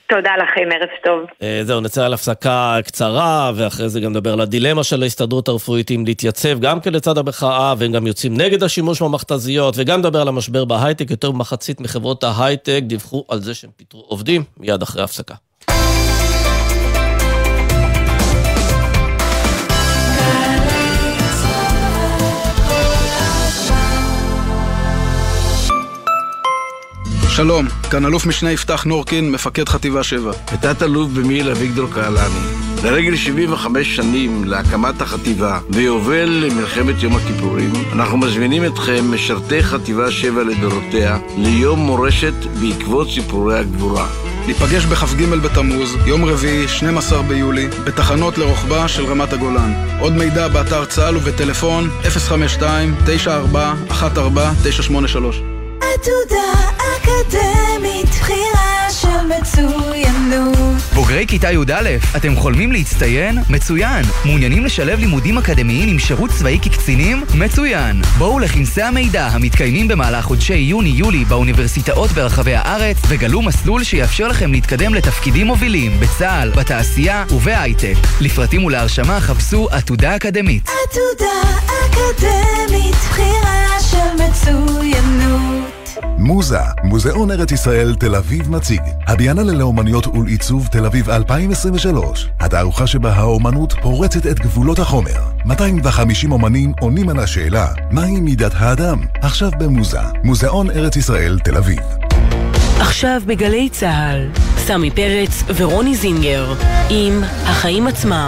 תודה לכם, ערב טוב. זהו, נצא על הפסקה קצרה, ואחרי זה גם נדבר על הדילמה של ההסתדרות הרפואית אם להתייצב גם כן לצד המחאה, והם גם יוצאים נגד השימוש במכתזיות, וגם נדבר על המשבר בהייטק. יותר ממחצית מחברות ההייטק דיווחו על זה שהם פיטרו עובדים, מיד אחרי הפסקה. שלום, כאן אלוף משנה יפתח נורקין, מפקד חטיבה שבע. ותת אלוף במיל' אביגדור קהלני. לרגל שבעים וחמש שנים להקמת החטיבה ויובל למלחמת יום הכיפורים, אנחנו מזמינים אתכם, משרתי חטיבה שבע לדורותיה, ליום מורשת בעקבות סיפורי הגבורה. ניפגש בכ"ג בתמוז, יום רביעי, שנים עשר ביולי, בתחנות לרוחבה של רמת הגולן. עוד מידע באתר צה"ל ובטלפון אפס חמש שתיים תשע ארבע אחת ארבע תשע שמונה שלוש. עתודה אקדמית, בחירה של מצוינות. בוגרי כיתה י"א, אתם חולמים להצטיין? מצוין. מעוניינים לשלב לימודים אקדמיים עם שירות צבאי כקצינים? מצוין. בואו לכנסי המידע המתקיימים במהלך חודשי יוני-יולי באוניברסיטאות ברחבי הארץ, וגלו מסלול שיאפשר לכם להתקדם לתפקידים מובילים בצה"ל, בתעשייה ובהייטק. לפרטים ולהרשמה חפשו עתודה אקדמית. עתודה אקדמית, בחירה של מצוינות. מוזה, מוזיאון ארץ ישראל תל אביב מציג הביאנלה לאומניות ולעיצוב תל אביב אלפיים עשרים ושלוש, התערוכה שבה האומנות פורצת את גבולות החומר. מאתיים וחמישים אומנים עונים על השאלה מהי מידת האדם, עכשיו במוזה, מוזיאון ארץ ישראל תל אביב. עכשיו בגלי צהל, סמי פרץ ורוני זינגר עם החיים עצמם.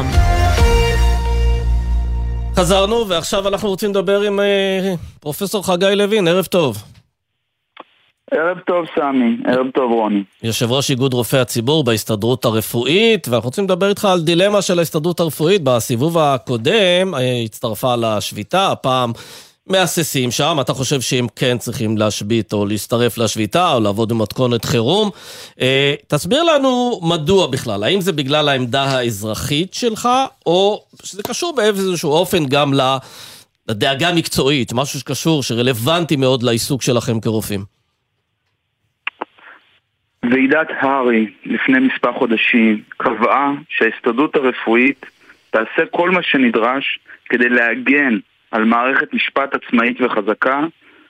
חזרנו, ועכשיו אנחנו רוצים לדבר עם אה, פרופסור חגי לוין. ערב טוב. ערב טוב סמי, ערב טוב רוני. יושב ראש איגוד רופאי הציבור בהסתדרות הרפואית, ואנחנו רוצים לדבר איתך על דילמה של ההסתדרות הרפואית. בסיבוב הקודם הצטרפה לשביתה, הפעם מאססים שם. אתה חושב שהם כן צריכים להשבית או להצטרף לשביתה או לעבוד במתכונת חירום? תסביר לנו מדוע בכלל, האם זה בגלל העמדה האזרחית שלך, או שזה קשור באיזשהו אופן גם לדאגה מקצועית, משהו שקשור, שרלוונטי מאוד לעיסוק שלכם כרופאים? ועידת הארי לפני מספר חודשים קבעה שההסתדרות הרפואית תעשה כל מה שנדרש כדי להגן על מערכת משפט עצמאית וחזקה,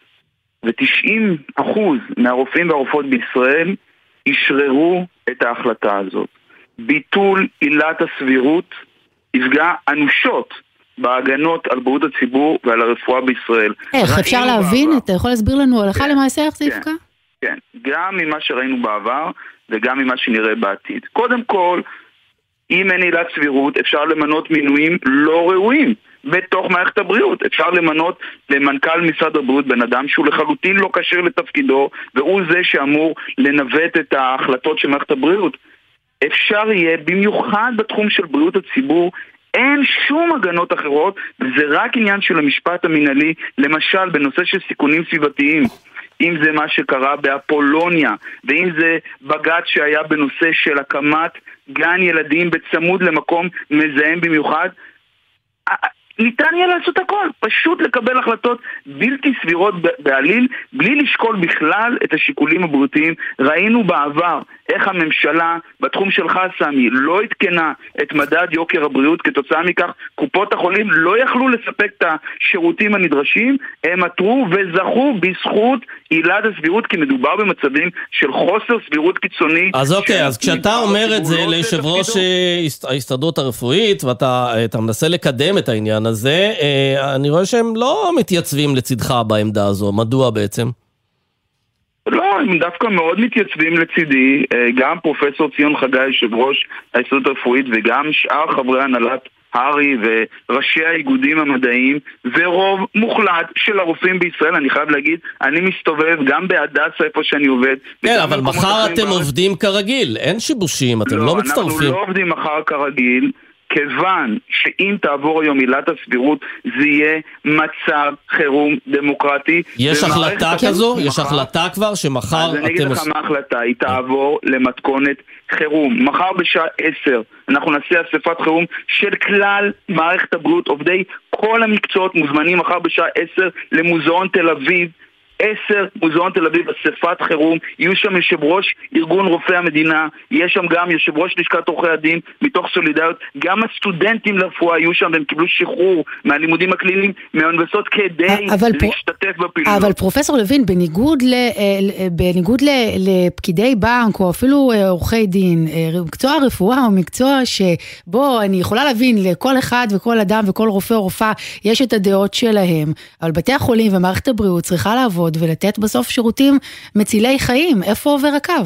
ו-תשעים אחוז מהרופאים והרופאות בישראל ישררו את ההחלטה הזאת. ביטול עילת הסבירות יפגע אנושות בהגנות על בריאות הציבור ועל הרפואה בישראל. איך אפשר להבין? אתה יכול להסביר לנו הלכה למעשה איך זה יפגע? כן, גם ממה שראינו בעבר וגם ממה שנראה בעתיד. קודם כל, אם אין עילת סבירות, אפשר למנות מינויים לא ראויים בתוך מערכת הבריאות. אפשר למנות למנכ"ל משרד הבריאות בן אדם שהוא לחלוטין לא קשר לתפקידו, והוא זה שאמור לנווט את ההחלטות של מערכת הבריאות. אפשר יהיה, במיוחד בתחום של בריאות הציבור, אין שום הגנות אחרות, וזה רק עניין של המשפט המנהלי, למשל בנושא של סיכונים סביבתיים. אם זה מה שקרה באפולוניה, ואם זה בג"ץ שהיה בנושא של הקמת גן ילדים בצמוד למקום מזהם במיוחד, ניתן יהיה לעשות הכל, פשוט לקבל החלטות בלתי סבירות בעליל, בלי לשקול בכלל את השיקולים הבריאותיים. ראינו בעבר איך הממשלה, בתחום שלך סמי, לא התקנה את מדד יוקר הבריאות, כתוצאה מכך קופות החולים לא יכלו לספק את השירותים הנדרשים, הם עתרו וזכו בזכות עילת הסבירות, כי מדובר במצבים של חוסר סבירות קיצוני. אז אוקיי, אז כשאתה אומר את זה ליושב ראש ההסתדרות הרפואית, ואתה מנסה לקדם את העניין הזה, אני רואה שהם לא מתייצבים לצדך בעמדה הזו. מדוע בעצם? לא, הם דווקא מאוד מתייצבים לצידי, גם פרופסור ציון חגי, יושב ראש ההסתדרות הרפואית, וגם שאר חברי הנהלת הארי וראשי האיגודים המדעיים, ורוב מוחלט של הרופאים בישראל. אני חייב להגיד, אני מסתובב גם בהדסה איפה שאני עובד. כן, אבל מחר אתם עובדים כרגיל, אין שיבושים, אתם לא מצטרפים. אנחנו לא עובדים מחר כרגיל, כיוון שאם תעבור היום עילת הסבירות, זה יהיה מצב חירום דמוקרטי. יש החלטה כזו? יש החלטה כבר שמחר אתם... אז אני אגיד לך מה ההחלטה, היא תעבור למתכונת חירום. מחר בשעה עשר אנחנו נעשה אספת חירום של כלל מערכת הבריאות, עובדי כל המקצועות מוזמנים מחר בשעה עשר למוזיאון תל אביב, עשר, מוזיאון תל אביב, אספת חירום, יהיו שם יושב ראש ארגון רופאי המדינה, יש שם גם יושב ראש לשכת עורכי הדין, מתוך סולידריות, גם הסטודנטים לרפואה יהיו שם, והם קיבלו שחרור מהלימודים הקליניים, מהאוניברסיטאות כדי להשתתף בפעילות. אבל פרופסור לוין, בניגוד, ל, בניגוד ל, לפקידי בנק, או אפילו עורכי דין, מקצוע הרפואה הוא מקצוע שבו אני יכולה להבין לכל אחד וכל אדם וכל רופא או רופאה, יש את הדעות שלהם, אבל בתי החולים ומערכת הבריאות צריכה לעבוד ולתת בסוף שירותים מצילי חיים. איפה עובר הקו?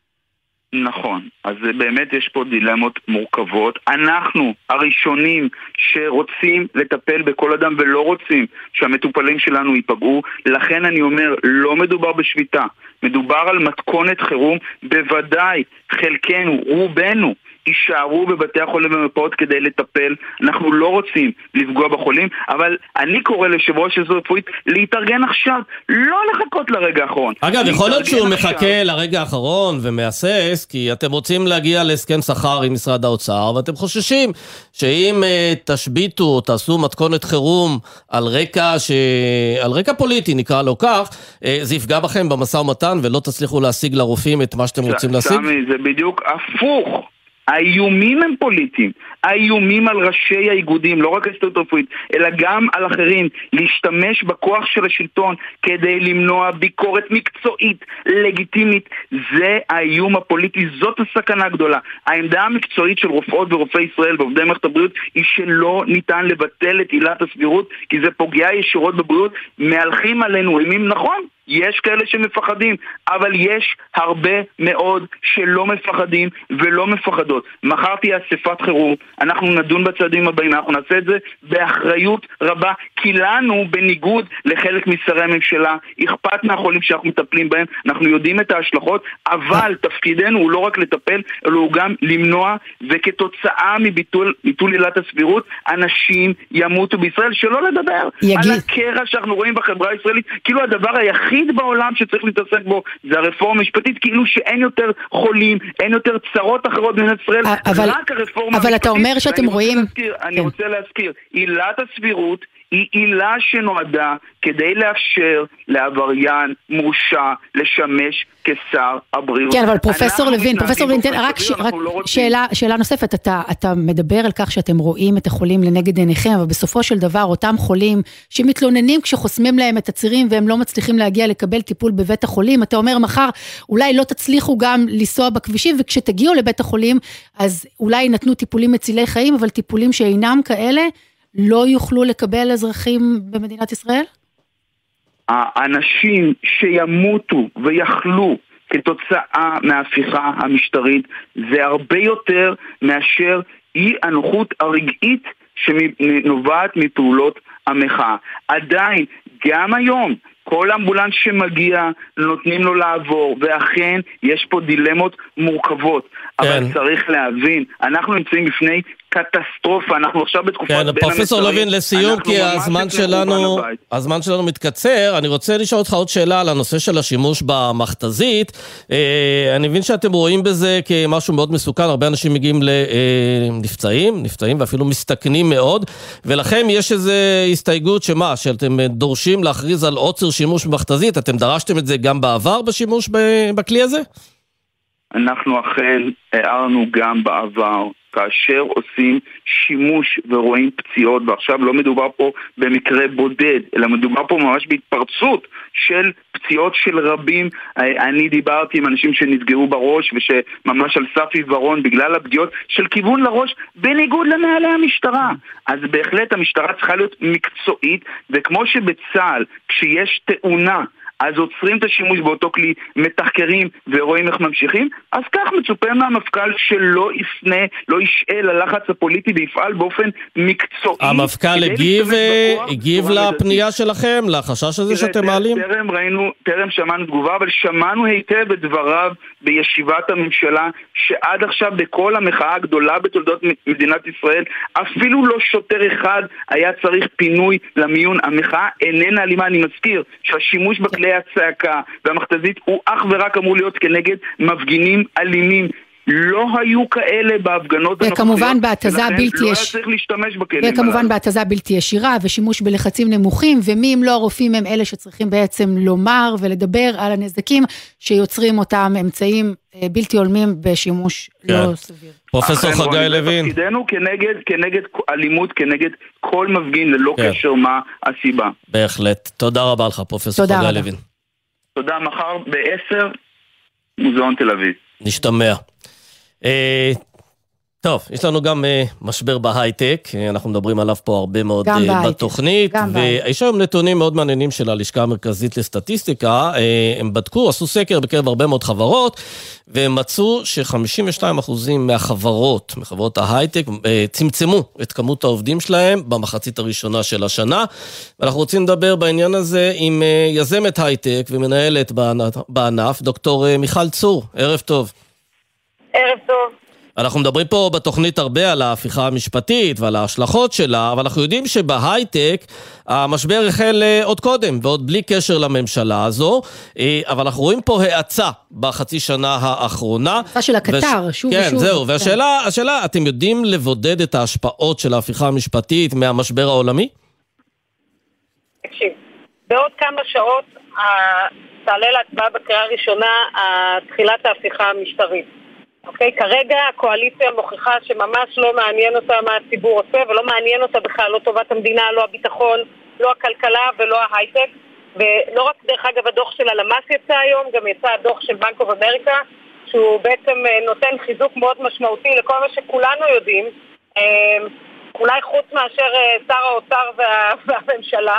נכון, אז באמת יש פה דילמות מורכבות. אנחנו הראשונים שרוצים לטפל בכל אדם ולא רוצים שהמטופלים שלנו ייפגעו, לכן אני אומר, לא מדובר בשביתה, מדובר על מתכונת חירום, בוודאי חלקנו, רובנו, יישארו בבתי החולים ומרפאות כדי לטפל. אנחנו לא רוצים לפגוע בחולים, אבל אני קורא ליושב ראש עזרה רפואית להתארגן עכשיו, לא לחכות לרגע האחרון. אגב, יכול להיות שהוא מחכה לרגע האחרון ומאסס, כי אתם רוצים להגיע להסכם שכר עם משרד האוצר, ואתם חוששים שאם uh, תשביטו או תעשו מתכונת חירום על רקע, ש... על רקע פוליטי, נקרא לו כך, uh, זה יפגע בכם במשא ומתן ולא תצליחו להשיג לרופאים את מה שאתם רוצים להשיג? סמי, זה בדיוק הפוך. האיומים הם פוליטיים, האיומים על ראשי האיגודים, לא רק ההסתדרות הרפואית, אלא גם על אחרים, להשתמש בכוח של השלטון כדי למנוע ביקורת מקצועית, לגיטימית, זה האיום הפוליטי, זאת הסכנה הגדולה. העמדה המקצועית של רופאות ורופאי ישראל ועובדי מערכת הבריאות היא שלא ניתן לבטל את עילת הסבירות, כי זה פוגע ישירות בבריאות, מהלכים עלינו אימים, נכון? יש כאלה שמפחדים, אבל יש הרבה מאוד שלא מפחדים ולא מפחדות. מחר תהיה אספת חירום, אנחנו נדון בצעדים הבאים, אנחנו נעשה את זה באחריות רבה, כי לנו, בניגוד לחלק משרי הממשלה, אכפת מהחולים שאנחנו מטפלים בהם, אנחנו יודעים את ההשלכות, אבל תפקידנו הוא לא רק לטפל, אלא הוא גם למנוע, וכתוצאה מביטול ביטול עילת הסבירות, אנשים ימותו בישראל, שלא לדבר יגיד. על הקרע שאנחנו רואים בחברה הישראלית, כאילו הדבר היחיד בעולם שצריך להתעסק בו זה הרפורמה המשפטית, כאילו שאין יותר חולים, אין יותר צרות אחרות במדינת ישראל, אבל, רק הרפורמה אבל המשפטית. אתה אומר שאתם רואים... להזכיר, כן. אני רוצה להזכיר, עילת הסבירות היא עילה שנועדה כדי לאפשר לעבריין מורשע לשמש כשר הבריאות. כן, אבל פרופסור לוין, פרופסור לוין, רק, ש... רק לא שאלה, שאלה נוספת, אתה, אתה מדבר על כך שאתם רואים את החולים לנגד עיניכם, אבל בסופו של דבר אותם חולים שמתלוננים כשחוסמים להם את הצירים והם לא מצליחים להגיע לקבל טיפול בבית החולים, אתה אומר מחר אולי לא תצליחו גם לנסוע בכבישים, וכשתגיעו לבית החולים אז אולי נתנו טיפולים מצילי חיים, אבל טיפולים שאינם כאלה לא יוכלו לקבל אזרחים במדינת ישראל? האנשים שימותו ויחלו כתוצאה מההפיכה המשטרית זה הרבה יותר מאשר אי הנוחות הרגעית שנובעת מפעולות המחאה. עדיין, גם היום, כל אמבולנס שמגיע נותנים לו לעבור, ואכן יש פה דילמות מורכבות. כן. אבל צריך להבין, אנחנו נמצאים בפני קטסטרופה, אנחנו עכשיו בתקופת כן, בין המצרים. פרופסור לוין, לסיום, כי הזמן שלנו, הזמן שלנו מתקצר, אני רוצה לשאול אותך עוד שאלה על הנושא של השימוש במכתזית. אני מבין שאתם רואים בזה כמשהו מאוד מסוכן, הרבה אנשים מגיעים לנפצעים, נפצעים ואפילו מסתכנים מאוד, ולכם יש איזו הסתייגות שמה, שאתם דורשים להכריז על עוצר שימוש במכתזית, אתם דרשתם את זה גם בעבר בשימוש בכלי הזה? אנחנו אכן הערנו גם בעבר, כאשר עושים שימוש ורואים פציעות, ועכשיו לא מדובר פה במקרה בודד, אלא מדובר פה ממש בהתפרצות של פציעות של רבים. אני דיברתי עם אנשים שנפגעו בראש ושממש על סף עיוורון בגלל הפגיעות של כיוון לראש, בניגוד לנהלי המשטרה. אז בהחלט המשטרה צריכה להיות מקצועית, וכמו שבצה"ל כשיש תאונה אז עוצרים את השימוש באותו כלי, מתחקרים ורואים איך ממשיכים, אז כך מצופה מהמפכ"ל שלא יפנה, לא ישאל ללחץ הפוליטי ויפעל באופן מקצועי. המפכ"ל הגיב, הגיב לפנייה שלכם, לחשש הזה שאתם מעלים? טרם ראינו, טרם שמענו תגובה, אבל שמענו היטב את דבריו בישיבת הממשלה, שעד עכשיו בכל המחאה הגדולה בתולדות מדינת ישראל, אפילו לא שוטר אחד היה צריך פינוי למיון. המחאה איננה אלימה, אני מזכיר שהשימוש בכלי הצעקה והמכתזית הוא אך ורק אמור להיות כנגד מפגינים אלימים. לא היו כאלה בהפגנות הנוכחיות. וכמובן בהתזה בלתי לא יש... היה צריך להשתמש בכלים. וכמובן בהתזה בלתי ישירה ושימוש בלחצים נמוכים, ומי אם לא הרופאים הם אלה שצריכים בעצם לומר ולדבר על הנזקים שיוצרים אותם אמצעים בלתי הולמים בשימוש כן. לא סביר. פרופסור חגי לוין. תפקידנו כנגד, כנגד אלימות, כנגד כל מפגין, ללא כן. קשר מה הסיבה. בהחלט. תודה רבה לך, פרופסור חגי לוין. תודה, מחר ב-עשר, מוזיאון תל אביב. נשתמע. אה, טוב, יש לנו גם אה, משבר בהייטק, אנחנו מדברים עליו פה הרבה מאוד אה, בתוכנית, ויש היום נתונים מאוד מעניינים של הלשכה המרכזית לסטטיסטיקה, אה, הם בדקו, עשו סקר בקרב הרבה מאוד חברות, והם מצאו ש-חמישים ושתיים אחוז מהחברות, מחברות ההייטק, אה, צמצמו את כמות העובדים שלהם במחצית הראשונה של השנה, ואנחנו רוצים לדבר בעניין הזה עם אה, יזמת הייטק ומנהלת בענף, דוקטור אה, מיכל צור, ערב טוב. ערב טוב. אנחנו מדברים פה בתוכנית הרבה על ההפיכה המשפטית ועל ההשלכות שלה, אבל אנחנו יודעים שבהייטק המשבר החל עוד קודם, ועוד בלי קשר לממשלה הזו, אבל אנחנו רואים פה האצה בחצי שנה האחרונה. האצה של הקטר, וש... שוב כן, ושוב. כן, זהו, והשאלה, השאלה, אתם יודעים לבודד את ההשפעות של ההפיכה המשפטית מהמשבר העולמי? תקשיב, בעוד כמה שעות תעלה להצבעה בקריאה הראשונה תחילת ההפיכה המשטרית. אוקיי, כרגע הקואליציה מוכיחה שממש לא מעניין אותה מה הציבור עושה, ולא מעניין אותה בכלל, לא טובת המדינה, לא הביטחון, לא הכלכלה ולא ההייטק. ולא רק דרך אגב הדוח של הלמ"ס יצא היום, גם יצא הדוח של בנק אוף אמריקה, שהוא בעצם נותן חיזוק מאוד משמעותי לכל מה שכולנו יודעים, אולי חוץ מאשר שר האוצר וה, והממשלה,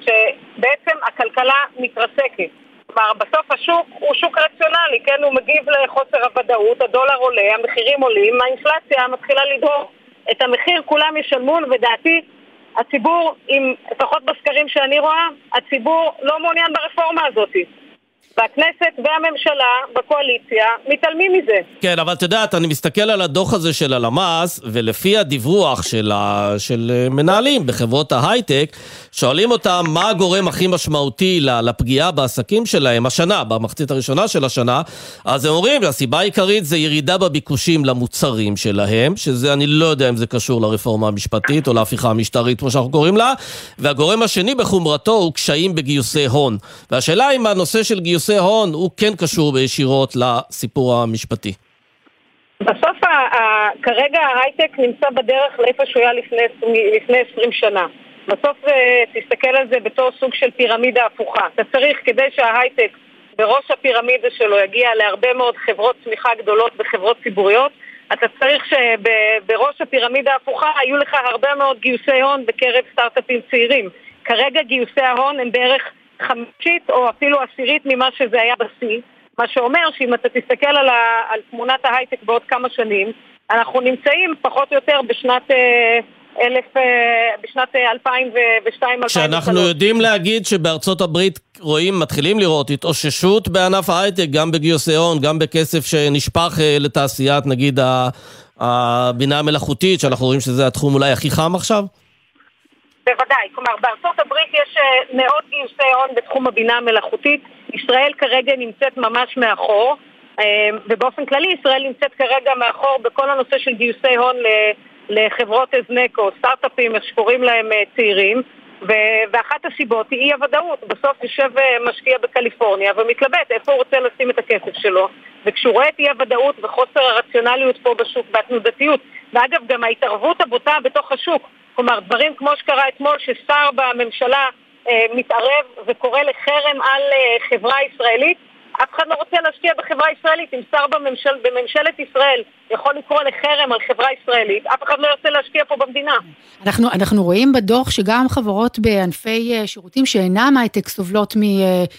שבעצם הכלכלה מתרסקת. כלומר, בסוף השוק הוא שוק רציונלי, כן? הוא מגיב לחוסר הוודאות, הדולר עולה, המחירים עולים, האינפלציה מתחילה לדהור. את המחיר כולם ישלמו, ודעתי, הציבור, עם, לפחות בסקרים שאני רואה, הציבור לא מעוניין ברפורמה הזאת. והכנסת והממשלה בקואליציה מתעלמים מזה. כן, אבל אתה יודעת, אני מסתכל על הדוח הזה של הלמ"ס, ולפי הדיווח של, ה... של מנהלים בחברות ההייטק, שואלים אותם מה הגורם הכי משמעותי לפגיעה בעסקים שלהם השנה, במחצית הראשונה של השנה, אז הם אומרים, הסיבה העיקרית זה ירידה בביקושים למוצרים שלהם, שזה אני לא יודע אם זה קשור לרפורמה המשפטית או להפיכה המשטרית, כמו שאנחנו קוראים לה, והגורם השני בחומרתו הוא קשיים בגיוסי הון. והשאלה אם הנושא של גיוסי הון הוא כן קשור בישירות לסיפור המשפטי. בסוף כרגע ההייטק נמצא בדרך לאיפה שהוא היה לפני עשרים שנה. בסוף תסתכל על זה בתור סוג של פירמידה הפוכה. אתה צריך כדי שההייטק בראש הפירמידה שלו יגיע להרבה מאוד חברות צמיחה גדולות וחברות ציבוריות, אתה צריך שבראש הפירמידה הפוכה היו לך הרבה מאוד גיוסי הון בקרב סטארט-אפים צעירים. כרגע גיוסי ההון הם בערך חמישית או אפילו עשירית ממה שזה היה בשיא, מה שאומר שאם אתה תסתכל על, ה, על תמונת ההייטק בעוד כמה שנים, אנחנו נמצאים פחות או יותר בשנת אלף, בשנת אלפיים ושתיים. כשאנחנו יודעים להגיד שבארצות הברית רואים, מתחילים לראות התאוששות בענף ההייטק, גם בגיוסי הון, גם בכסף שנשפך לתעשיית, נגיד הבינה המלאכותית, שאנחנו רואים שזה התחום אולי הכי חם עכשיו? בוודאי, כלומר בארצות הברית יש מאות גיוסי הון בתחום הבינה המלאכותית, ישראל כרגע נמצאת ממש מאחור, ובאופן כללי ישראל נמצאת כרגע מאחור בכל הנושא של גיוסי הון לחברות הזנק או סטארט-אפים, איך שקוראים להם צעירים, ואחת הסיבות היא אי הוודאות. בסוף יושב משקיע בקליפורניה ומתלבט איפה הוא רוצה לשים את הכסף שלו, וכשהוא רואה את אי הוודאות וחוסר הרציונליות פה בשוק והתנודתיות, ואגב גם ההתערבות הבוטה בתוך השוק, כלומר, דברים כמו שקרה אתמול, ששר בממשלה אה, מתערב וקורא לחרם על אה, חברה ישראלית, אף אחד לא רוצה להשקיע בחברה ישראלית. אם שר בממשל, בממשלת ישראל יכול לקרוא לחרם על חברה ישראלית, אף אחד לא ירצה להשקיע פה במדינה. אנחנו, אנחנו רואים בדוח שגם חברות בענפי שירותים שאינם הייטק סובלות מ...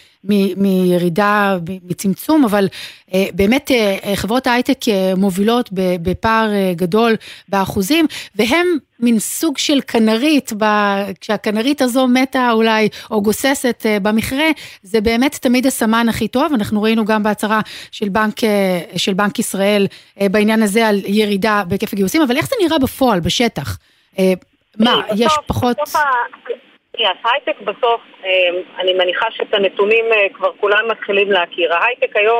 מירידה, מצמצום, אבל באמת חברות ההייטק מובילות בפער גדול באחוזים, והם מין סוג של קנרית, כשהקנרית הזו מתה אולי, או גוססת במכרה, זה באמת תמיד הסמן הכי טוב. אנחנו ראינו גם בהצהרה של בנק, של בנק ישראל בעניין הזה על ירידה בהיקף הגיוסים, אבל איך זה נראה בפועל, בשטח? מה, יש פחות... אז הייטק בסוף, אני מניחה שאת הנתונים כבר כולם מתחילים להכיר. ההייטק היום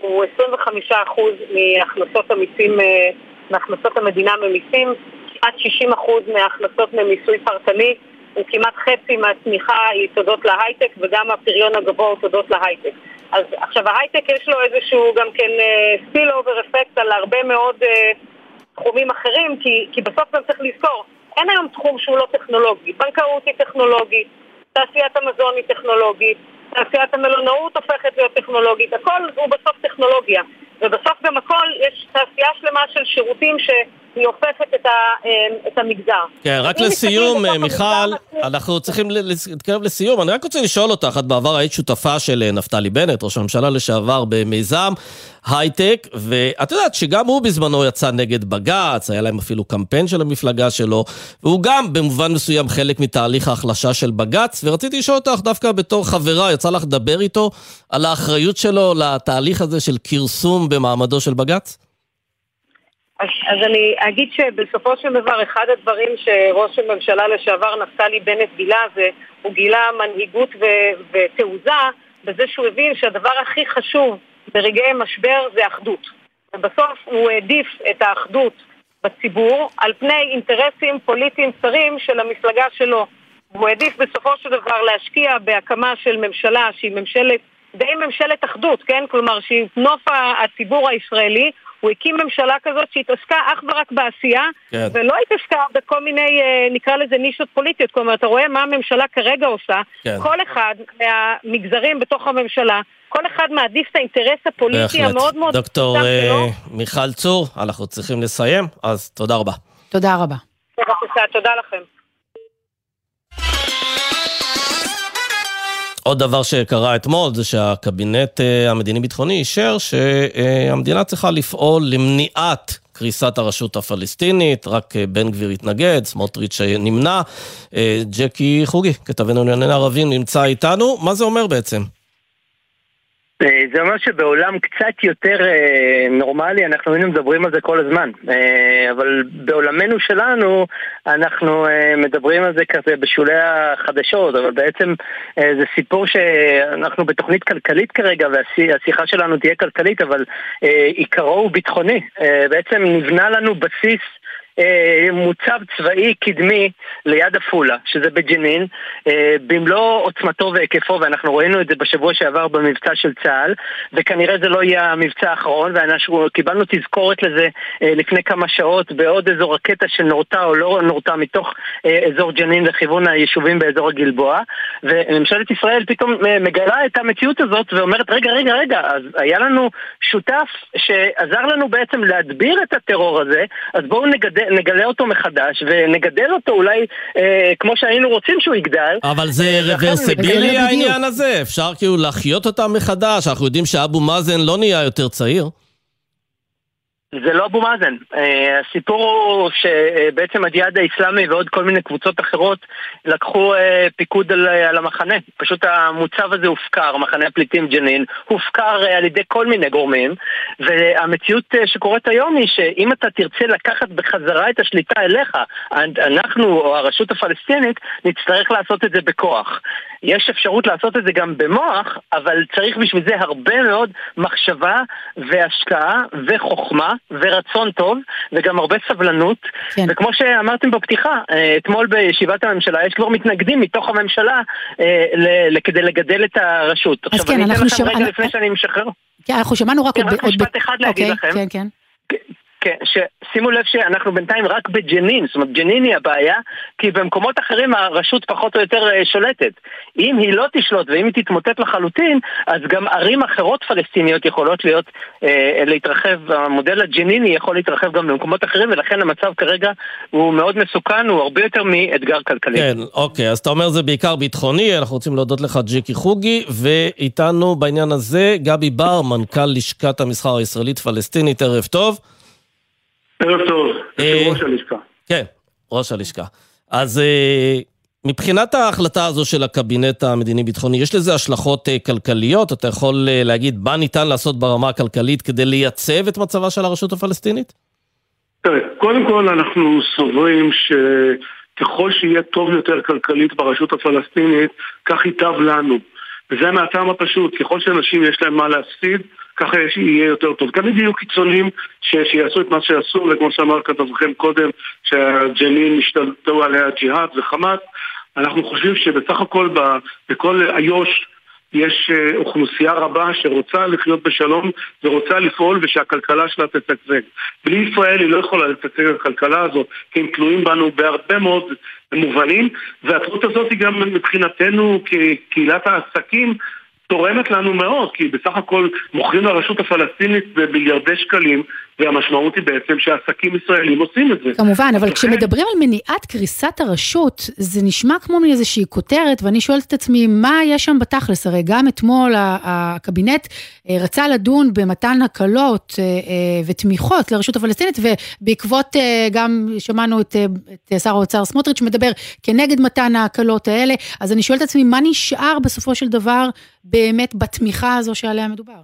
הוא עשרים וחמישה אחוז מהכנסות המיסים, מהכנסות המדינה ממיסים, כמעט שישים אחוז מהכנסות ממיסוי פרטני, וכמעט חצי מהצמיחה היא תודות להייטק, וגם הפריון הגבוה הוא תודות להייטק. אז עכשיו ההייטק יש לו איזשהו גם כן ספיל אובר אפקט על הרבה מאוד uh, תחומים אחרים, כי, כי בסוף גם צריך לזכור, אין היום תחום שהוא לא טכנולוגי. בנקאות היא טכנולוגית, תעשיית המזון היא טכנולוגית, תעשיית המלונאות הופכת להיות טכנולוגית, הכל הוא בסוף טכנולוגיה. ובסוף גם הכל יש תעשייה שלמה של שירותים שהיא הופכת את, ה, את המגזר. כן, רק לסיום, מיכל, אנחנו צריכים להתקרב לסיום. אני רק רוצה לשאול אותך, את בעבר היית שותפה של נפתלי בנט, ראש הממשלה לשעבר במיזם הייטק, ואת יודעת שגם הוא בזמנו יצא נגד בג"ץ, היה להם אפילו קמפיין של המפלגה שלו, והוא גם במובן מסוים חלק מתהליך ההחלשה של בג"ץ, ורציתי לשאול אותך דווקא בתור חברה, יצא לך לדבר איתו על האחריות שלו לתהליך הזה של כרסום במעמדו של בג"ץ? אז, אז אני אגיד שבסופו של דבר אחד הדברים שראש הממשלה לשעבר נפתלי בנט גילה זה, הוא גילה מנהיגות ו- ותעוזה בזה שהוא הבין שהדבר הכי חשוב ברגעי משבר זה אחדות. ובסוף הוא העדיף את האחדות בציבור על פני אינטרסים פוליטיים צרים של המפלגה שלו. הוא העדיף בסופו של דבר להשקיע בהקמה של ממשלה שהיא ממשלת, די ממשלת אחדות, כן? כלומר שהיא נוף הציבור הישראלי, הוא הקים ממשלה כזאת שהתעסקה אך ורק בעשייה, כן. ולא התעסקה בכל מיני, נקרא לזה נישות פוליטיות. כלומר, אתה רואה מה הממשלה כרגע עושה, כן. כל אחד מהמגזרים בתוך הממשלה, כל אחד מעדיף את האינטרס הפוליטי בהחלט. המאוד מאוד... דוקטור אה, מיכל צור, אנחנו צריכים לסיים, אז תודה רבה. תודה רבה. תודה, תודה לכם. עוד דבר שקרה אתמול זה שהקבינט המדיני-ביטחוני אישר שהמדינה צריכה לפעול למניעת קריסת הרשות הפלסטינית, רק בן גביר התנגד, סמוטריץ' נמנע. ג'קי חוגי, כתבנו לענייני ערבים, נמצא איתנו. מה זה אומר בעצם? זה אומר שבעולם קצת יותר נורמלי, אנחנו היינו מדברים על זה כל הזמן, אבל בעולמנו שלנו אנחנו מדברים על זה כזה בשולי החדשות, אבל בעצם זה סיפור שאנחנו בתוכנית כלכלית כרגע, והשיחה שלנו תהיה כלכלית, אבל עיקרו הוא ביטחוני. בעצם נבנה לנו בסיס מוצב צבאי קדמי ליד אפולה, שזה בג'נין, במלוא עוצמתו והיקפו, ואנחנו ראינו את זה בשבוע שעבר במבצע של צה"ל, וכנראה זה לא יהיה המבצע האחרון, ואנחנו קיבלנו תזכורת לזה לפני כמה שעות בעוד איזו רקטה שנורתה או לא נורתה מתוך אזור ג'נין לכיוון היישובים באזור הגלבוע, וממשלת ישראל פתאום מגלה את המציאות הזאת ואומרת רגע רגע רגע, אז היה לנו שותף שעזר לנו בעצם להדביר את הטרור הזה, אז בואו נגדל נגלה אותו מחדש, ונגדל אותו אולי אה, כמו שהיינו רוצים שהוא יגדל. אבל זה רוורסבילי העניין הזה? אפשר כאילו להחיות אותם מחדש? אנחנו יודעים שאבו מאזן לא נהיה יותר צעיר. זה לא אבו מאזן. הסיפור הוא שבעצם הג'יהאד האסלאמי ועוד כל מיני קבוצות אחרות לקחו פיקוד על, על המחנה. פשוט המוצב הזה הופקר, מחנה הפליטים ג'נין, הופקר על ידי כל מיני גורמים, והמציאות שקורית היום היא שאם אתה תרצה לקחת בחזרה את השליטה אליך, אנחנו או הרשות הפלסטינית נצטרך לעשות את זה בכוח. יש אפשרות לעשות את זה גם במוח, אבל צריך בשביל זה הרבה מאוד מחשבה והשקעה וחוכמה ורצון טוב, וגם הרבה סבלנות, כן. וכמו שאמרתם בפתיחה, אתמול בישיבת הממשלה, יש כבר מתנגדים מתוך הממשלה ל- כדי לגדל את הרשות. אז עכשיו, כן, אני אתן לכם שמע... רגע לפני שאני משחרר. כן, אנחנו שמענו רק... כן, רק משפט אחד להגיד לכם. כן, כן. כן, שימו לב שאנחנו בינתיים רק בג'נין, זאת אומרת ג'נין היא הבעיה, כי במקומות אחרים הרשות פחות או יותר שולטת. אם היא לא תשלוט ואם היא תתמוטט לחלוטין, אז גם ערים אחרות פלסטיניות יכולות להיות, אה, להתרחב, המודל הג'ניני יכול להתרחב גם במקומות אחרים, ולכן המצב כרגע הוא מאוד מסוכן, הוא הרבה יותר מאתגר כלכלי. כן, אוקיי, אז אתה אומר זה בעיקר ביטחוני, אנחנו רוצים להודות לך ג'קי חוגי, ואיתנו בעניין הזה גבי בר, מנכ"ל לשכת המסחר הישראלית פלסטינית, ערב טוב. ערב טוב, ראש הלשכה. כן, ראש הלשכה. אז מבחינת ההחלטה הזו של הקבינט המדיני-ביטחוני, יש לזה השלכות כלכליות? אתה יכול להגיד מה ניתן לעשות ברמה הכלכלית כדי לייצב את מצבה של הרשות הפלסטינית? תראה, קודם כל אנחנו סוברים שככל שיהיה טוב יותר כלכלית ברשות הפלסטינית, כך ייטב לנו. וזה מהטעם הפשוט, ככל שאנשים יש להם מה להפסיד, ככה יהיה יותר טוב. תמיד יהיו קיצונים שיעשו את מה שעשו, וכמו שאמר כתבכם קודם, שהג'נין השתלטו עליה ג'יהאד וחמאס. אנחנו חושבים שבסך הכל בכל איו"ש יש אוכלוסייה רבה שרוצה לחיות בשלום ורוצה לפעול ושהכלכלה שלה תשגשג. בלי ישראל היא לא יכולה לשגשג הכלכלה הזאת, כי הם תלויים בנו בהרבה מאוד מובנים, והתלות הזאת היא גם מבחינתנו כקהילת העסקים תורמת לנו מאוד, כי בסך הכל מוכרים לרשות הפלסטינית במיליארדי שקלים, והמשמעות היא בעצם שהעסקים ישראלים עושים את זה. כמובן, אבל כשמדברים על מניעת קריסת הרשות, זה נשמע כמו מאיזושהי כותרת, ואני שואלת את עצמי, מה יש שם בתכלס? הרי גם אתמול הקבינט רצה לדון במתן הקלות ותמיכות לרשות הפלסטינית, ובעקבות גם שמענו את, את שר האוצר סמוטריץ' מדבר כנגד מתן ההקלות האלה, אז אני שואלת את עצמי, מה נשאר בסופו של דבר באמת בתמיכה הזו שעליה מדובר?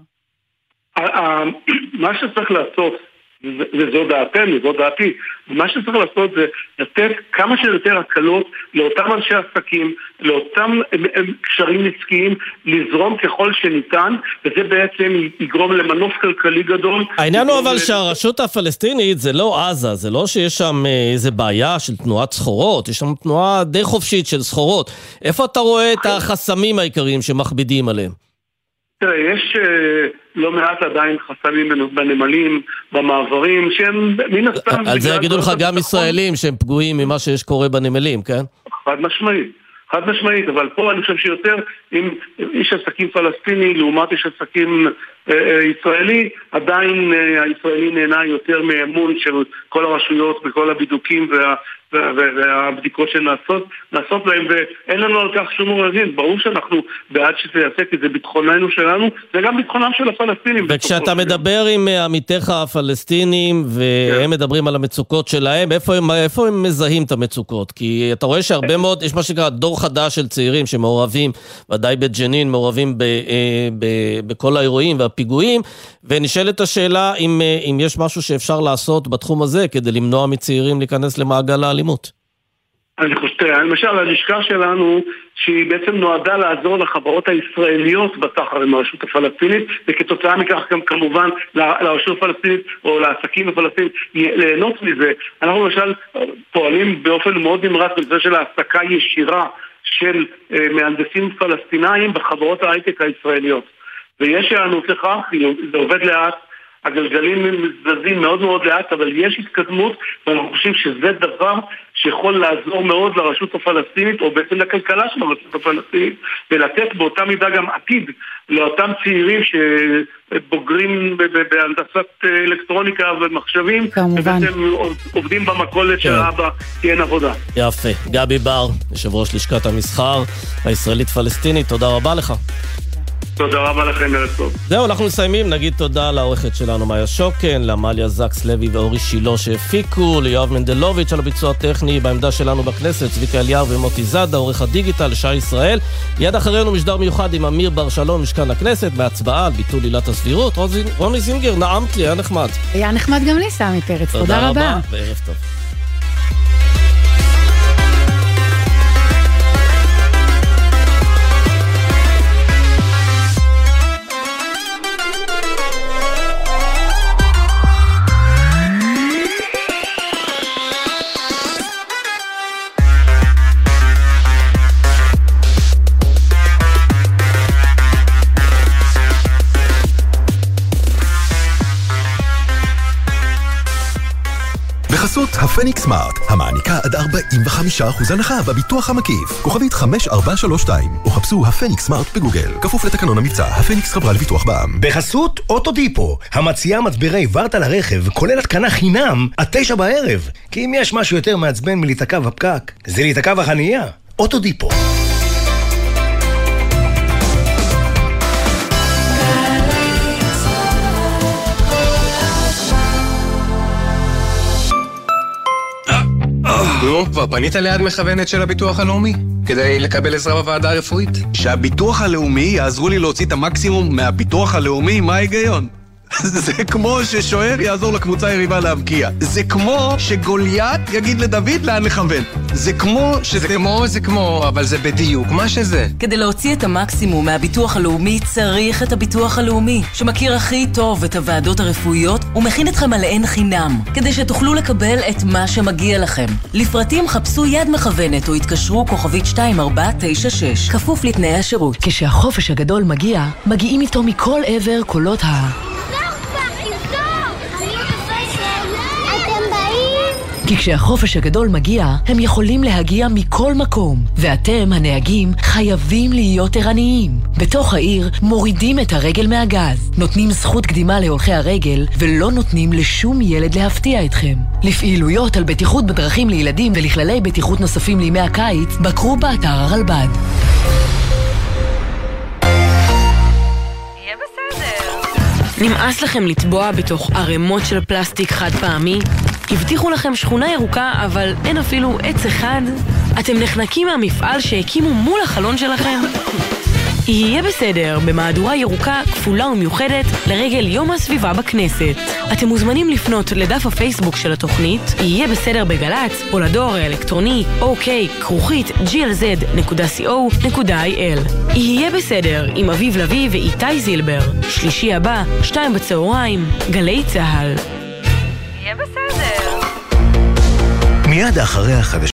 מה שצריך לעשות, וזו דעתנו, זו דעתי, מה שצריך לעשות זה לתת כמה שיותר הקלות לאותם אנשי עסקים, לאותם קשרים עסקיים, לזרום ככל שניתן, וזה בעצם יגרום למנוף כלכלי גדול. העניין הוא אבל שהרשות הפלסטינית זה לא עזה, זה לא שיש שם איזה בעיה של תנועת סחורות, יש שם תנועה די חופשית של סחורות. איפה אתה רואה את החסמים העיקריים שמכבידים עליהם? תראה, יש לא מעט עדיין חסמים בנמלים, במעברים, שהם מן הסתם... על זה יגידו לך גם ישראלים שהם פגועים ממה שיש קורה בנמלים, כן? חד משמעית, חד משמעית, אבל פה אני חושב שיותר, אם איש עסקים פלסטיני לעומת איש עסקים ישראלי, עדיין הישראלי נהנה יותר מאמון של כל הרשויות וכל הבידוקים וה... והבדיקות שנעשות, נעשות להם, ואין לנו על כך שום עוררין. ברור שאנחנו בעד שזה יעשה, כי זה ביטחוננו שלנו, זה גם ביטחונם של הפלסטינים. וכשאתה מדבר עם עמיתיך הפלסטינים, והם מדברים על המצוקות שלהם, איפה הם, איפה הם מזהים את המצוקות? כי אתה רואה שהרבה מאוד, יש מה שנקרא דור חדש של צעירים שמעורבים, ודאי בג'נין, מעורבים ב, ב, בכל האירועים והפיגועים, ונשאלת השאלה אם, אם יש משהו שאפשר לעשות בתחום הזה, כדי למנוע מצעירים להיכנס למעגל האלימות. אני חושב, למשל, הלשכה שלנו, שהיא בעצם נועדה לעזור לחברות הישראליות בסחר עם הרשות הפלסטינית, וכתוצאה מכך גם כמובן לרשות הפלסטינית או לעסקים הפלסטינית ליהנות מזה. אנחנו למשל פועלים באופן מאוד נמרץ בנושא של העסקה ישירה של מהנדסים פלסטינאים בחברות ההייטק הישראליות. ויש לנו לכך, זה עובד לאט, הגלגלים מזזים מאוד מאוד לאט, אבל יש התקדמות, ואנחנו חושבים שזה דבר שיכול לעזור מאוד לרשות הפלסטינית, או בעצם לכלכלה של הרשות הפלסטינית, ולתת באותה מידה גם עתיד לאותם צעירים שבוגרים בהנדסת אלקטרוניקה ומחשבים, ובעצם עובדים במכולת של אבא, כי אין עבודה. יפה. גבי בר, יושב ראש לשכת המסחר הישראלית-פלסטינית, תודה רבה לך. תודה רבה לכם, ערב טוב. זהו, אנחנו מסיימים, נגיד תודה לעורכת שלנו מאיה שוקן, למליה זקס לוי ואורי שילה שהפיקו, ליואב מנדלוביץ' על הביצוע הטכני, בעמדה שלנו בכנסת, צביקה אליהו ומוטי זאדה, עורך הדיגיטל, שי ישראל. מיד אחרינו משדר מיוחד עם אמיר בר שלום, משכן הכנסת, בהצבעה על ביטול עילת הסבירות. רוני זינגר, נעמת לי, היה נחמד. היה נחמד גם לי, סמי פרץ, תודה רבה. תודה רבה, וערב טוב. בחסות הפניקס סמארט, המעניקה עד ארבעים וחמישה אחוז הנחה בביטוח המקיף. כוכבית חמש ארבע שלוש שתיים, או חפשו הפניקס סמארט בגוגל. כפוף לתקנון המבצע, הפניקס חברה לביטוח בע"מ. בחסות אוטודיפו, המציעה מצברי ורטה לרכב, כולל התקנה חינם עד תשע בערב. כי אם יש משהו יותר מעצבן מלהיתקע בפקק, זה להיתקע בחנייה. אוטודיפו. נו, כבר פנית ליד מכוונת של הביטוח הלאומי? כדי לקבל עזרה בוועדה הרפואית? שהביטוח הלאומי יעזרו לי להוציא את המקסימום מהביטוח הלאומי, מה ההיגיון? זה כמו ששוער יעזור לקבוצה היריבה להבקיע. זה כמו שגוליית יגיד לדוד לאן לכוון. זה כמו שזה... זה כמו, זה כמו, אבל זה בדיוק מה שזה. כדי להוציא את המקסימום מהביטוח הלאומי צריך את הביטוח הלאומי, שמכיר הכי טוב את הוועדות הרפואיות ומכין אתכם עליהן חינם, כדי שתוכלו לקבל את מה שמגיע לכם. לפרטים חפשו יד מכוונת או התקשרו כוכבית שתיים ארבע תשע שש, כפוף לתנאי השירות. כשהחופש הגדול מגיע, מגיעים איתו מכל עבר קולות ה... כי כשהחופש הגדול מגיע, הם יכולים להגיע מכל מקום, ואתם, הנהגים, חייבים להיות ערניים. בתוך העיר מורידים את הרגל מהגז, נותנים זכות קדימה להולכי הרגל, ולא נותנים לשום ילד להפתיע אתכם. לפעילויות על בטיחות בדרכים לילדים ולכללי בטיחות נוספים לימי הקיץ, בקרו באתר הרלב"ד. נמאס לכם לטבוע בתוך ערימות של פלסטיק חד פעמי? הבטיחו לכם שכונה ירוקה, אבל אין אפילו עץ אחד? אתם נחנקים מהמפעל שהקימו מול החלון שלכם? יהיה בסדר, במהדורה ירוקה כפולה ומיוחדת לרגל יום הסביבה בכנסת. אתם מוזמנים לפנות לדף הפייסבוק של התוכנית, יהיה בסדר בגלץ, או לדואר האלקטרוני אוקיי כרוכית ג'י אל זד נקודה סי או נקודה איי אל. יהיה בסדר עם אביב לוי ואיתי זילבר. שלישי הבא, שתיים בצהריים, גלי צהל. יהיה בסדר. מיד אחרי החדש